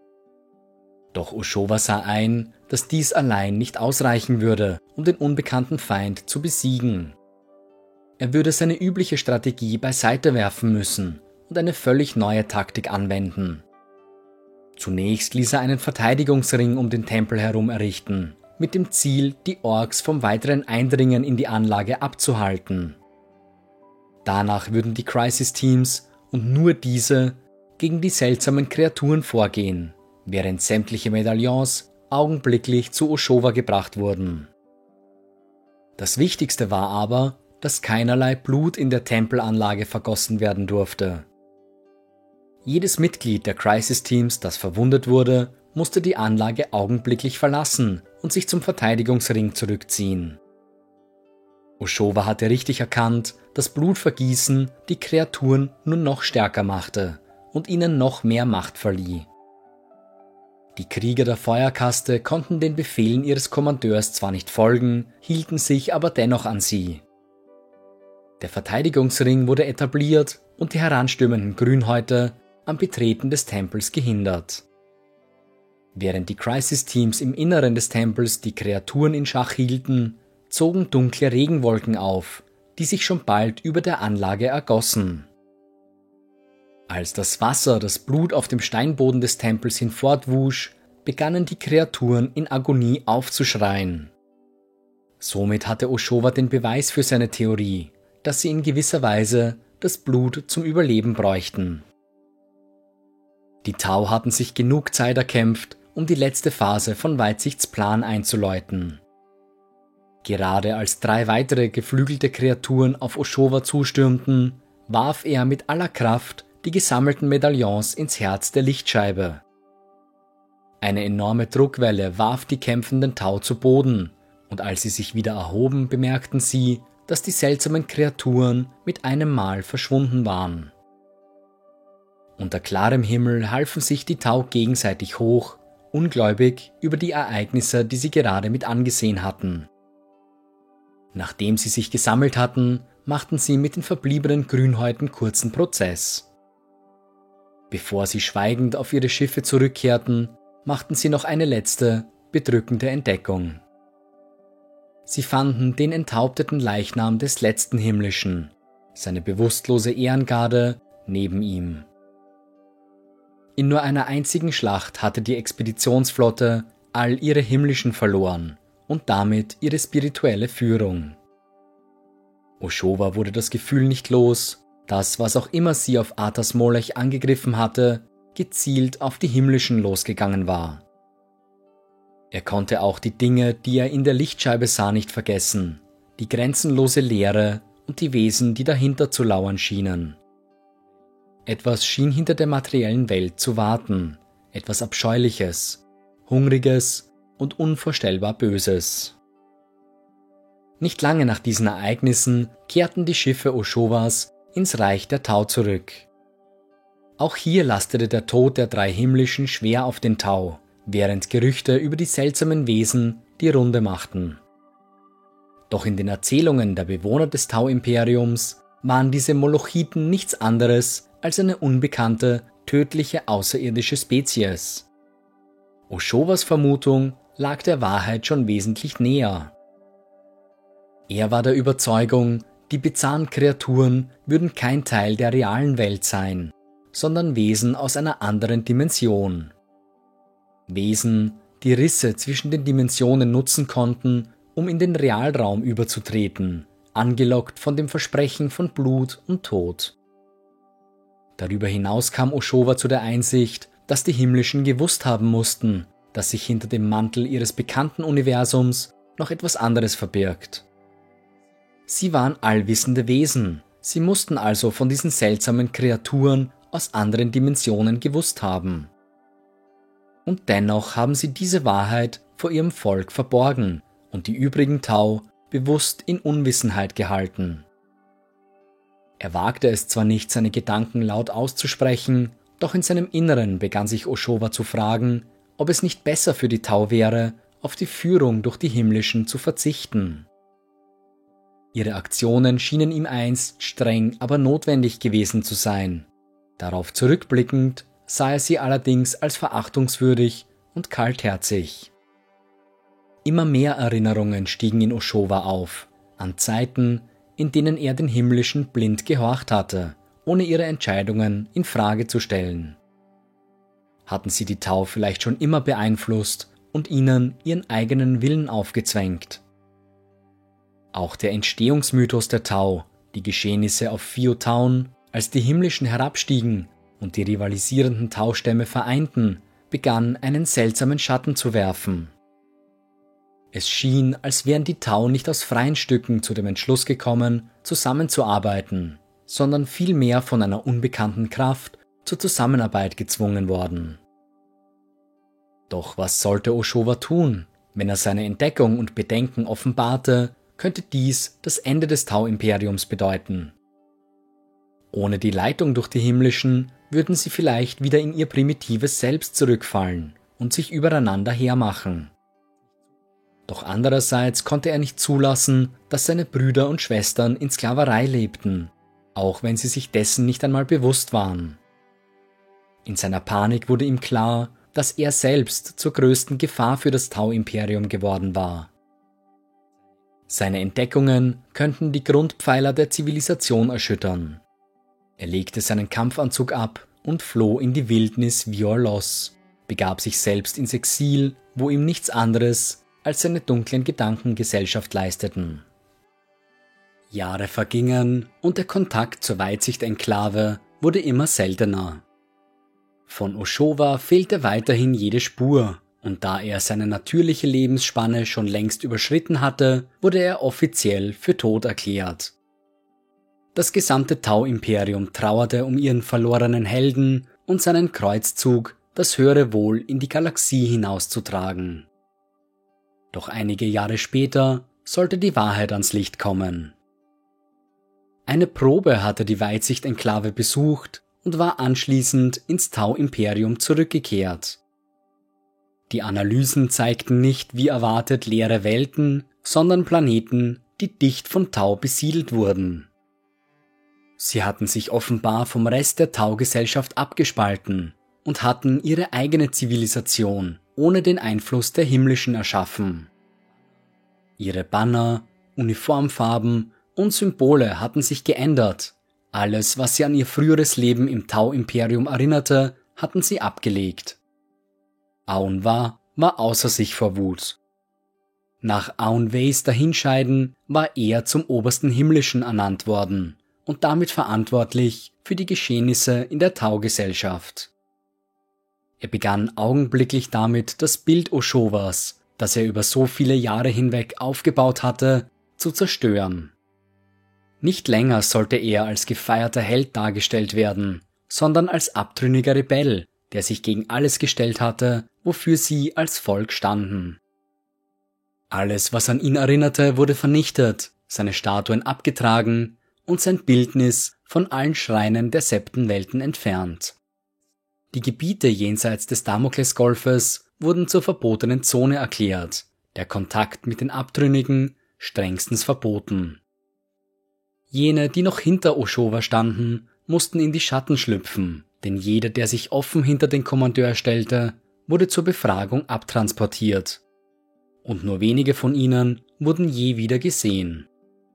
Doch Ochoa sah ein, dass dies allein nicht ausreichen würde, um den unbekannten Feind zu besiegen. Er würde seine übliche Strategie beiseite werfen müssen und eine völlig neue Taktik anwenden. Zunächst ließ er einen Verteidigungsring um den Tempel herum errichten, mit dem Ziel, die Orks vom weiteren Eindringen in die Anlage abzuhalten. Danach würden die Crisis-Teams und nur diese gegen die seltsamen Kreaturen vorgehen, während sämtliche Medaillons augenblicklich zu Ochoa gebracht wurden. Das Wichtigste war aber, dass keinerlei Blut in der Tempelanlage vergossen werden durfte. Jedes Mitglied der Crisis-Teams, das verwundet wurde, musste die Anlage augenblicklich verlassen und sich zum Verteidigungsring zurückziehen. Ochoa hatte richtig erkannt, dass Blutvergießen die Kreaturen nur noch stärker machte und ihnen noch mehr Macht verlieh. Die Krieger der Feuerkaste konnten den Befehlen ihres Kommandeurs zwar nicht folgen, hielten sich aber dennoch an sie. Der Verteidigungsring wurde etabliert und die heranstürmenden Grünhäute am Betreten des Tempels gehindert. Während die Crisis-Teams im Inneren des Tempels die Kreaturen in Schach hielten, zogen dunkle Regenwolken auf, die sich schon bald über der Anlage ergossen. Als das Wasser das Blut auf dem Steinboden des Tempels hinfortwusch, begannen die Kreaturen in Agonie aufzuschreien. Somit hatte Ochoa den Beweis für seine Theorie, dass sie in gewisser Weise das Blut zum Überleben bräuchten. Die Tau hatten sich genug Zeit erkämpft, um die letzte Phase von Weitsichts Plan einzuläuten. Gerade als 3 weitere geflügelte Kreaturen auf Ochoa zustürmten, warf er mit aller Kraft die gesammelten Medaillons ins Herz der Lichtscheibe. Eine enorme Druckwelle warf die kämpfenden Tau zu Boden, und als sie sich wieder erhoben, bemerkten sie, dass die seltsamen Kreaturen mit einem Mal verschwunden waren. Unter klarem Himmel halfen sich die Tau gegenseitig hoch, ungläubig über die Ereignisse, die sie gerade mit angesehen hatten. Nachdem sie sich gesammelt hatten, machten sie mit den verbliebenen Grünhäuten kurzen Prozess. Bevor sie schweigend auf ihre Schiffe zurückkehrten, machten sie noch eine letzte, bedrückende Entdeckung. Sie fanden den enthaupteten Leichnam des letzten Himmlischen, seine bewusstlose Ehrengarde neben ihm. In nur einer einzigen Schlacht hatte die Expeditionsflotte all ihre Himmlischen verloren und damit ihre spirituelle Führung. Ochoa wurde das Gefühl nicht los, dass, was auch immer sie auf Arthas Molech angegriffen hatte, gezielt auf die Himmlischen losgegangen war. Er konnte auch die Dinge, die er in der Lichtscheibe sah, nicht vergessen, die grenzenlose Leere und die Wesen, die dahinter zu lauern schienen. Etwas schien hinter der materiellen Welt zu warten, etwas Abscheuliches, Hungriges und unvorstellbar Böses. Nicht lange nach diesen Ereignissen kehrten die Schiffe Ochoas ins Reich der Tau zurück. Auch hier lastete der Tod der 3 Himmlischen schwer auf den Tau, während Gerüchte über die seltsamen Wesen die Runde machten. Doch in den Erzählungen der Bewohner des Tau-Imperiums waren diese Molochiten nichts anderes als eine unbekannte, tödliche außerirdische Spezies. Ochoas Vermutung lag der Wahrheit schon wesentlich näher. Er war der Überzeugung, die bizarren Kreaturen würden kein Teil der realen Welt sein, sondern Wesen aus einer anderen Dimension. Wesen, die Risse zwischen den Dimensionen nutzen konnten, um in den Realraum überzutreten, angelockt von dem Versprechen von Blut und Tod. Darüber hinaus kam Ochoa zu der Einsicht, dass die Himmlischen gewusst haben mussten, dass sich hinter dem Mantel ihres bekannten Universums noch etwas anderes verbirgt. Sie waren allwissende Wesen, sie mussten also von diesen seltsamen Kreaturen aus anderen Dimensionen gewusst haben. Und dennoch haben sie diese Wahrheit vor ihrem Volk verborgen und die übrigen Tau bewusst in Unwissenheit gehalten. Er wagte es zwar nicht, seine Gedanken laut auszusprechen, doch in seinem Inneren begann sich Oshowa zu fragen, ob es nicht besser für die Tau wäre, auf die Führung durch die Himmlischen zu verzichten. Ihre Aktionen schienen ihm einst streng, aber notwendig gewesen zu sein. Darauf zurückblickend sah er sie allerdings als verachtungswürdig und kaltherzig. Immer mehr Erinnerungen stiegen in Oshowa auf, an Zeiten, in denen er den Himmlischen blind gehorcht hatte, ohne ihre Entscheidungen in Frage zu stellen. Hatten sie die Tau vielleicht schon immer beeinflusst und ihnen ihren eigenen Willen aufgezwängt? Auch der Entstehungsmythos der Tau, die Geschehnisse auf Phio Town, als die Himmlischen herabstiegen und die rivalisierenden Tau-Stämme vereinten, begann einen seltsamen Schatten zu werfen. Es schien, als wären die Tau nicht aus freien Stücken zu dem Entschluss gekommen, zusammenzuarbeiten, sondern vielmehr von einer unbekannten Kraft zur Zusammenarbeit gezwungen worden. Doch was sollte Oshowa tun? Wenn er seine Entdeckung und Bedenken offenbarte, könnte dies das Ende des Tau-Imperiums bedeuten. Ohne die Leitung durch die Himmlischen würden sie vielleicht wieder in ihr primitives Selbst zurückfallen und sich übereinander hermachen. Doch andererseits konnte er nicht zulassen, dass seine Brüder und Schwestern in Sklaverei lebten, auch wenn sie sich dessen nicht einmal bewusst waren. In seiner Panik wurde ihm klar, dass er selbst zur größten Gefahr für das Tau-Imperium geworden war. Seine Entdeckungen könnten die Grundpfeiler der Zivilisation erschüttern. Er legte seinen Kampfanzug ab und floh in die Wildnis Viorlos, begab sich selbst ins Exil, wo ihm nichts anderes als seine dunklen Gedanken Gesellschaft leisteten. Jahre vergingen und der Kontakt zur Weitsicht-Enklave wurde immer seltener. Von Oshowa fehlte weiterhin jede Spur, und da er seine natürliche Lebensspanne schon längst überschritten hatte, wurde er offiziell für tot erklärt. Das gesamte Tau-Imperium trauerte um ihren verlorenen Helden und seinen Kreuzzug, das höhere Wohl in die Galaxie hinauszutragen. Doch einige Jahre später sollte die Wahrheit ans Licht kommen. Eine Probe hatte die Weitsicht-Enklave besucht und war anschließend ins Tau-Imperium zurückgekehrt. Die Analysen zeigten nicht wie erwartet leere Welten, sondern Planeten, die dicht von Tau besiedelt wurden. Sie hatten sich offenbar vom Rest der Tau-Gesellschaft abgespalten und hatten ihre eigene Zivilisation ohne den Einfluss der Himmlischen erschaffen. Ihre Banner, Uniformfarben und Symbole hatten sich geändert. Alles, was sie an ihr früheres Leben im Tau-Imperium erinnerte, hatten sie abgelegt. Aun-Wa war außer sich vor Wut. Nach Aun-Weis Dahinscheiden war er zum obersten Himmlischen ernannt worden und damit verantwortlich für die Geschehnisse in der Tau-Gesellschaft. Er begann augenblicklich damit, das Bild Oshowas, das er über so viele Jahre hinweg aufgebaut hatte, zu zerstören. Nicht länger sollte er als gefeierter Held dargestellt werden, sondern als abtrünniger Rebell, der sich gegen alles gestellt hatte, wofür sie als Volk standen. Alles, was an ihn erinnerte, wurde vernichtet, seine Statuen abgetragen und sein Bildnis von allen Schreinen der 7. Welten entfernt. Die Gebiete jenseits des Damoklesgolfes wurden zur verbotenen Zone erklärt, der Kontakt mit den Abtrünnigen strengstens verboten. Jene, die noch hinter Oshowa standen, mussten in die Schatten schlüpfen, denn jeder, der sich offen hinter den Kommandeur stellte, wurde zur Befragung abtransportiert. Und nur wenige von ihnen wurden je wieder gesehen.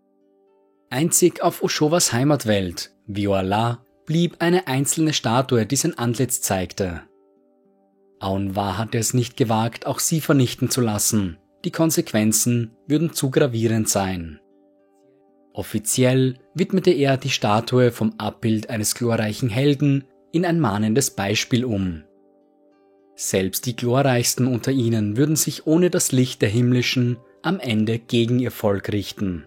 Einzig auf Oshowas Heimatwelt, Viola, blieb eine einzelne Statue, die sein Antlitz zeigte. Aun-Wa hatte es nicht gewagt, auch sie vernichten zu lassen. Die Konsequenzen würden zu gravierend sein. Offiziell widmete er die Statue vom Abbild eines glorreichen Helden in ein mahnendes Beispiel um. Selbst die glorreichsten unter ihnen würden sich ohne das Licht der Himmlischen am Ende gegen ihr Volk richten.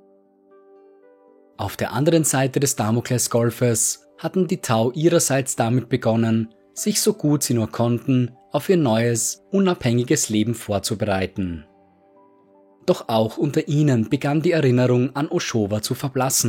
Auf der anderen Seite des Damoklesgolfes hatten die Tau ihrerseits damit begonnen, sich so gut sie nur konnten, auf ihr neues, unabhängiges Leben vorzubereiten. Doch auch unter ihnen begann die Erinnerung an Oshowa zu verblassen,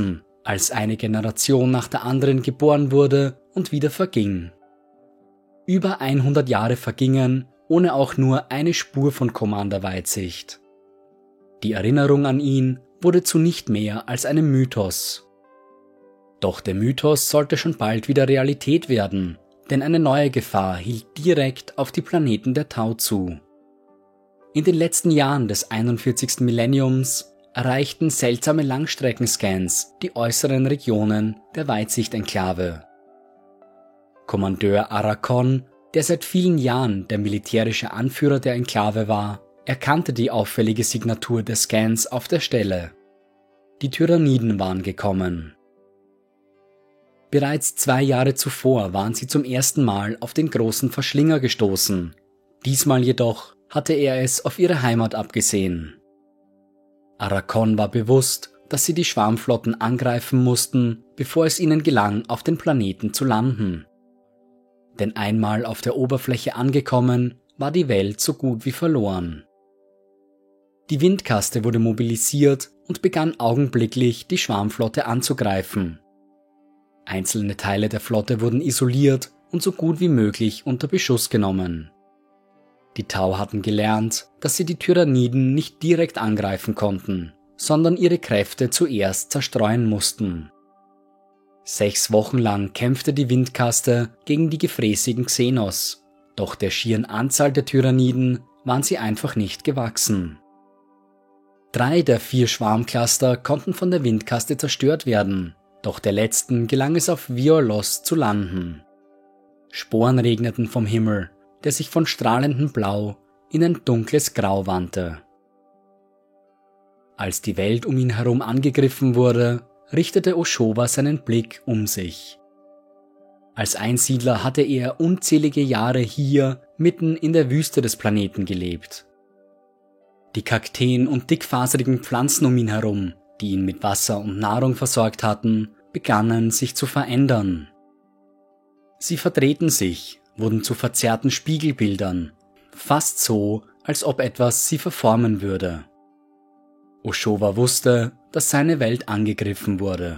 als eine Generation nach der anderen geboren wurde und wieder verging. Über 100 Jahre vergingen, ohne auch nur eine Spur von Commander Weitsicht. Die Erinnerung an ihn wurde zu nicht mehr als einem Mythos. Doch der Mythos sollte schon bald wieder Realität werden, denn eine neue Gefahr hielt direkt auf die Planeten der Tau zu. In den letzten Jahren des 41. Millenniums erreichten seltsame Langstreckenscans die äußeren Regionen der Weitsicht-Enklave. Kommandeur Arakon, der seit vielen Jahren der militärische Anführer der Enklave war, erkannte die auffällige Signatur der Scans auf der Stelle. Die Tyranniden waren gekommen. Bereits 2 Jahre zuvor waren sie zum ersten Mal auf den großen Verschlinger gestoßen. Diesmal jedoch hatte er es auf ihre Heimat abgesehen. Arakon war bewusst, dass sie die Schwarmflotten angreifen mussten, bevor es ihnen gelang, auf den Planeten zu landen. Denn einmal auf der Oberfläche angekommen, war die Welt so gut wie verloren. Die Windkaste wurde mobilisiert und begann augenblicklich, die Schwarmflotte anzugreifen. Einzelne Teile der Flotte wurden isoliert und so gut wie möglich unter Beschuss genommen. Die Tau hatten gelernt, dass sie die Tyranniden nicht direkt angreifen konnten, sondern ihre Kräfte zuerst zerstreuen mussten. 6 Wochen lang kämpfte die Windkaste gegen die gefräßigen Xenos, doch der schieren Anzahl der Tyranniden waren sie einfach nicht gewachsen. 3 der 4 Schwarmcluster konnten von der Windkaste zerstört werden, doch der letzten gelang es auf Violos zu landen. Sporen regneten vom Himmel, der sich von strahlendem Blau in ein dunkles Grau wandte. Als die Welt um ihn herum angegriffen wurde, richtete Ochoa seinen Blick um sich. Als Einsiedler hatte er unzählige Jahre hier mitten in der Wüste des Planeten gelebt. Die Kakteen und dickfaserigen Pflanzen um ihn herum, die ihn mit Wasser und Nahrung versorgt hatten, begannen sich zu verändern. Sie verdrehten sich, wurden zu verzerrten Spiegelbildern, fast so, als ob etwas sie verformen würde. Ochoa wusste, dass seine Welt angegriffen wurde.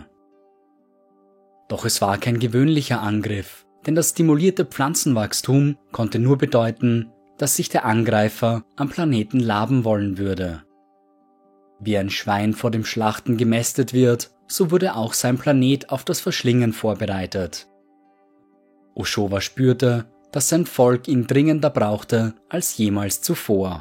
Doch es war kein gewöhnlicher Angriff, denn das stimulierte Pflanzenwachstum konnte nur bedeuten, dass sich der Angreifer am Planeten laben wollen würde. Wie ein Schwein vor dem Schlachten gemästet wird, so wurde auch sein Planet auf das Verschlingen vorbereitet. Ochoa spürte, dass sein Volk ihn dringender brauchte als jemals zuvor.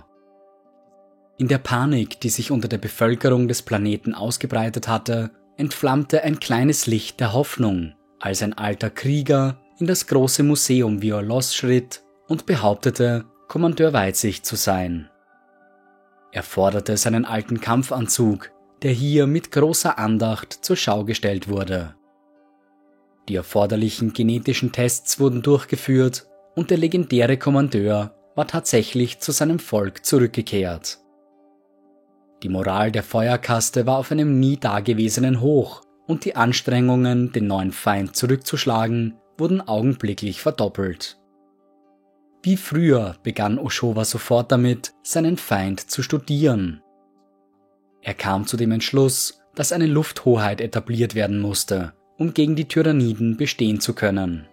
In der Panik, die sich unter der Bevölkerung des Planeten ausgebreitet hatte, entflammte ein kleines Licht der Hoffnung, als ein alter Krieger in das große Museum Violos schritt und behauptete, Kommandeur Weitsicht zu sein. Er forderte seinen alten Kampfanzug, der hier mit großer Andacht zur Schau gestellt wurde. Die erforderlichen genetischen Tests wurden durchgeführt und der legendäre Kommandeur war tatsächlich zu seinem Volk zurückgekehrt. Die Moral der Feuerkaste war auf einem nie dagewesenen Hoch und die Anstrengungen, den neuen Feind zurückzuschlagen, wurden augenblicklich verdoppelt. Wie früher begann Ochoa sofort damit, seinen Feind zu studieren. Er kam zu dem Entschluss, dass eine Lufthoheit etabliert werden musste, um gegen die Tyranniden bestehen zu können.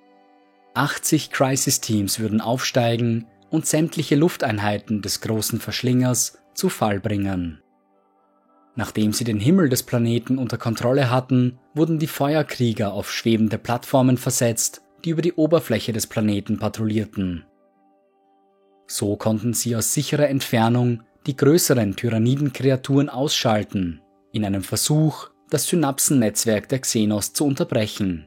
80 Crisis-Teams würden aufsteigen und sämtliche Lufteinheiten des großen Verschlingers zu Fall bringen. Nachdem sie den Himmel des Planeten unter Kontrolle hatten, wurden die Feuerkrieger auf schwebende Plattformen versetzt, die über die Oberfläche des Planeten patrouillierten. So konnten sie aus sicherer Entfernung die größeren Tyrannidenkreaturen ausschalten, in einem Versuch, das Synapsennetzwerk der Xenos zu unterbrechen.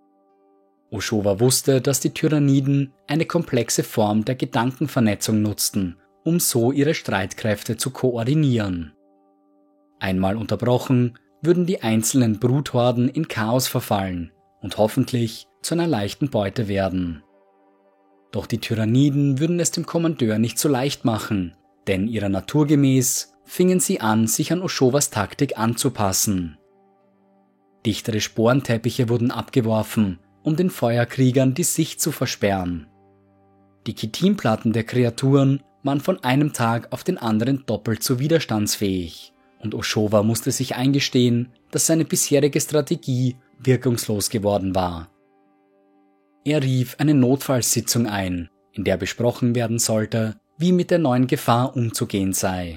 Ochoa wusste, dass die Tyranniden eine komplexe Form der Gedankenvernetzung nutzten, um so ihre Streitkräfte zu koordinieren. Einmal unterbrochen, würden die einzelnen Bruthorden in Chaos verfallen und hoffentlich zu einer leichten Beute werden. Doch die Tyranniden würden es dem Kommandeur nicht so leicht machen, denn ihrer Natur gemäß fingen sie an, sich an Ochoas Taktik anzupassen. Dichtere Sporenteppiche wurden abgeworfen, um den Feuerkriegern die Sicht zu versperren. Die Chitinplatten der Kreaturen waren von einem Tag auf den anderen doppelt so widerstandsfähig und Oshowa musste sich eingestehen, dass seine bisherige Strategie wirkungslos geworden war. Er rief eine Notfallsitzung ein, in der besprochen werden sollte, wie mit der neuen Gefahr umzugehen sei.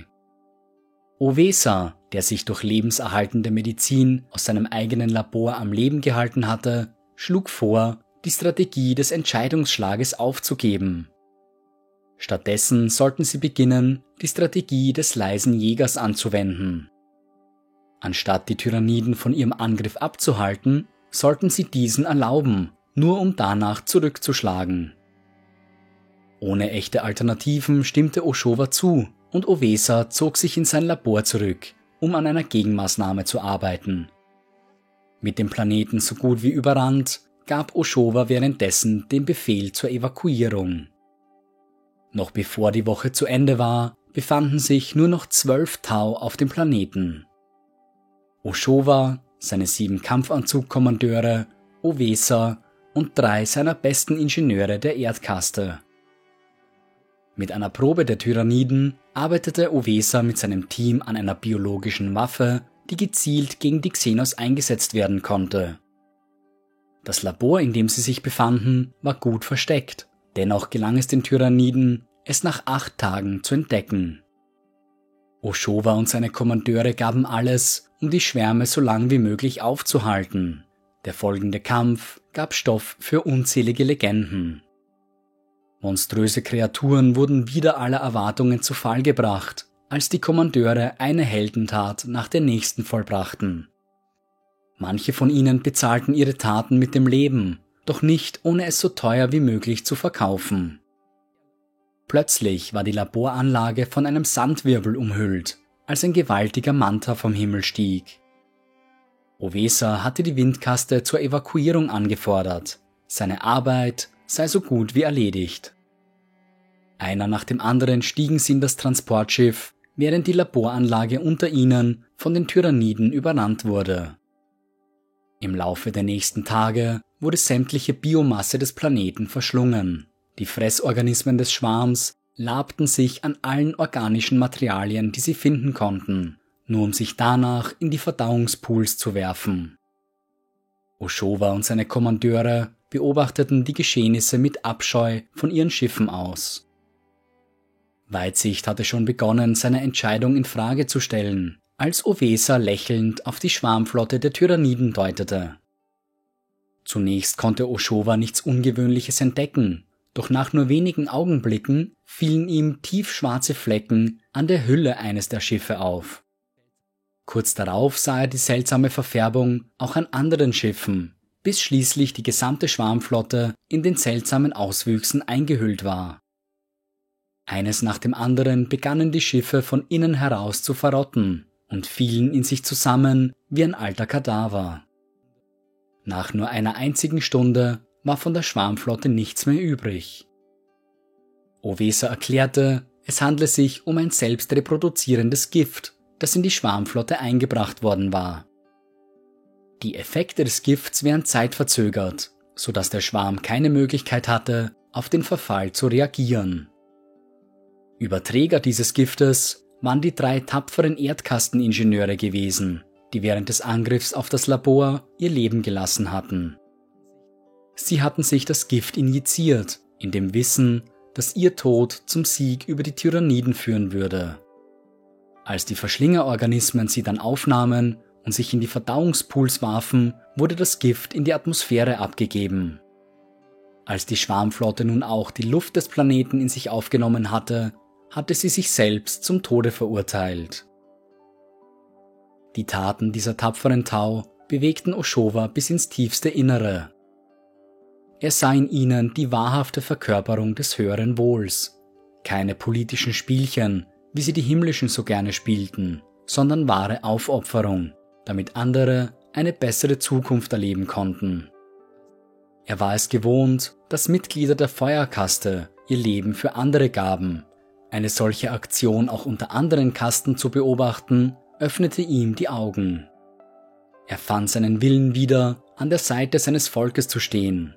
Owesa, der sich durch lebenserhaltende Medizin aus seinem eigenen Labor am Leben gehalten hatte, schlug vor, die Strategie des Entscheidungsschlages aufzugeben. Stattdessen sollten sie beginnen, die Strategie des leisen Jägers anzuwenden. Anstatt die Tyranniden von ihrem Angriff abzuhalten, sollten sie diesen erlauben, nur um danach zurückzuschlagen. Ohne echte Alternativen stimmte Oshowa zu und Owesa zog sich in sein Labor zurück, um an einer Gegenmaßnahme zu arbeiten. Mit dem Planeten so gut wie überrannt, gab Oshowa währenddessen den Befehl zur Evakuierung. Noch bevor die Woche zu Ende war, befanden sich nur noch 12 Tau auf dem Planeten. Oshowa, seine 7 Kampfanzugkommandeure, Owesa und 3 seiner besten Ingenieure der Erdkaste. Mit einer Probe der Tyranniden arbeitete Owesa mit seinem Team an einer biologischen Waffe, die gezielt gegen die Xenos eingesetzt werden konnte. Das Labor, in dem sie sich befanden, war gut versteckt, dennoch gelang es den Tyranniden, es nach 8 Tagen zu entdecken. Oshowa und seine Kommandeure gaben alles, um die Schwärme so lang wie möglich aufzuhalten. Der folgende Kampf gab Stoff für unzählige Legenden. Monströse Kreaturen wurden wider aller Erwartungen zu Fall gebracht, als die Kommandeure eine Heldentat nach der nächsten vollbrachten. Manche von ihnen bezahlten ihre Taten mit dem Leben, doch nicht ohne es so teuer wie möglich zu verkaufen. Plötzlich war die Laboranlage von einem Sandwirbel umhüllt, als ein gewaltiger Manta vom Himmel stieg. Owesa hatte die Windkaste zur Evakuierung angefordert. Seine Arbeit sei so gut wie erledigt. Einer nach dem anderen stiegen sie in das Transportschiff, während die Laboranlage unter ihnen von den Tyranniden überrannt wurde. Im Laufe der nächsten Tage wurde sämtliche Biomasse des Planeten verschlungen. Die Fressorganismen des Schwarms labten sich an allen organischen Materialien, die sie finden konnten, nur um sich danach in die Verdauungspools zu werfen. Oshowa und seine Kommandeure beobachteten die Geschehnisse mit Abscheu von ihren Schiffen aus. Weitsicht hatte schon begonnen, seine Entscheidung in Frage zu stellen, als Owesa lächelnd auf die Schwarmflotte der Tyranniden deutete. Zunächst konnte Oshowa nichts Ungewöhnliches entdecken, doch nach nur wenigen Augenblicken fielen ihm tiefschwarze Flecken an der Hülle eines der Schiffe auf. Kurz darauf sah er die seltsame Verfärbung auch an anderen Schiffen, bis schließlich die gesamte Schwarmflotte in den seltsamen Auswüchsen eingehüllt war. Eines nach dem anderen begannen die Schiffe von innen heraus zu verrotten und fielen in sich zusammen wie ein alter Kadaver. Nach nur einer einzigen Stunde war von der Schwarmflotte nichts mehr übrig. Owesa erklärte, es handle sich um ein selbst reproduzierendes Gift, das in die Schwarmflotte eingebracht worden war. Die Effekte des Gifts wären zeitverzögert, sodass der Schwarm keine Möglichkeit hatte, auf den Verfall zu reagieren. Überträger dieses Giftes waren die 3 tapferen Erdkasteningenieure gewesen, die während des Angriffs auf das Labor ihr Leben gelassen hatten. Sie hatten sich das Gift injiziert, in dem Wissen, dass ihr Tod zum Sieg über die Tyranniden führen würde. Als die Verschlingerorganismen sie dann aufnahmen und sich in die Verdauungspools warfen, wurde das Gift in die Atmosphäre abgegeben. Als die Schwarmflotte nun auch die Luft des Planeten in sich aufgenommen hatte, hatte sie sich selbst zum Tode verurteilt. Die Taten dieser tapferen Tau bewegten Oshowa bis ins tiefste Innere. Er sah in ihnen die wahrhafte Verkörperung des höheren Wohls. Keine politischen Spielchen, wie sie die Himmlischen so gerne spielten, sondern wahre Aufopferung, damit andere eine bessere Zukunft erleben konnten. Er war es gewohnt, dass Mitglieder der Feuerkaste ihr Leben für andere gaben. Eine solche Aktion auch unter anderen Kasten zu beobachten, öffnete ihm die Augen. Er fand seinen Willen wieder, an der Seite seines Volkes zu stehen.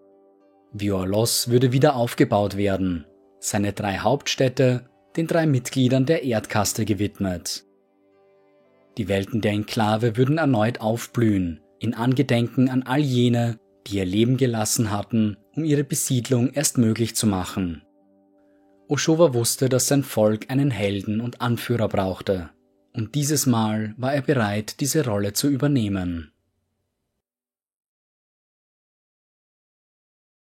Violos würde wieder aufgebaut werden, seine 3 Hauptstädte den 3 Mitgliedern der Erdkaste gewidmet. Die Welten der Enklave würden erneut aufblühen, in Angedenken an all jene, die ihr Leben gelassen hatten, um ihre Besiedlung erst möglich zu machen. Ochoa wusste, dass sein Volk einen Helden und Anführer brauchte, und dieses Mal war er bereit, diese Rolle zu übernehmen.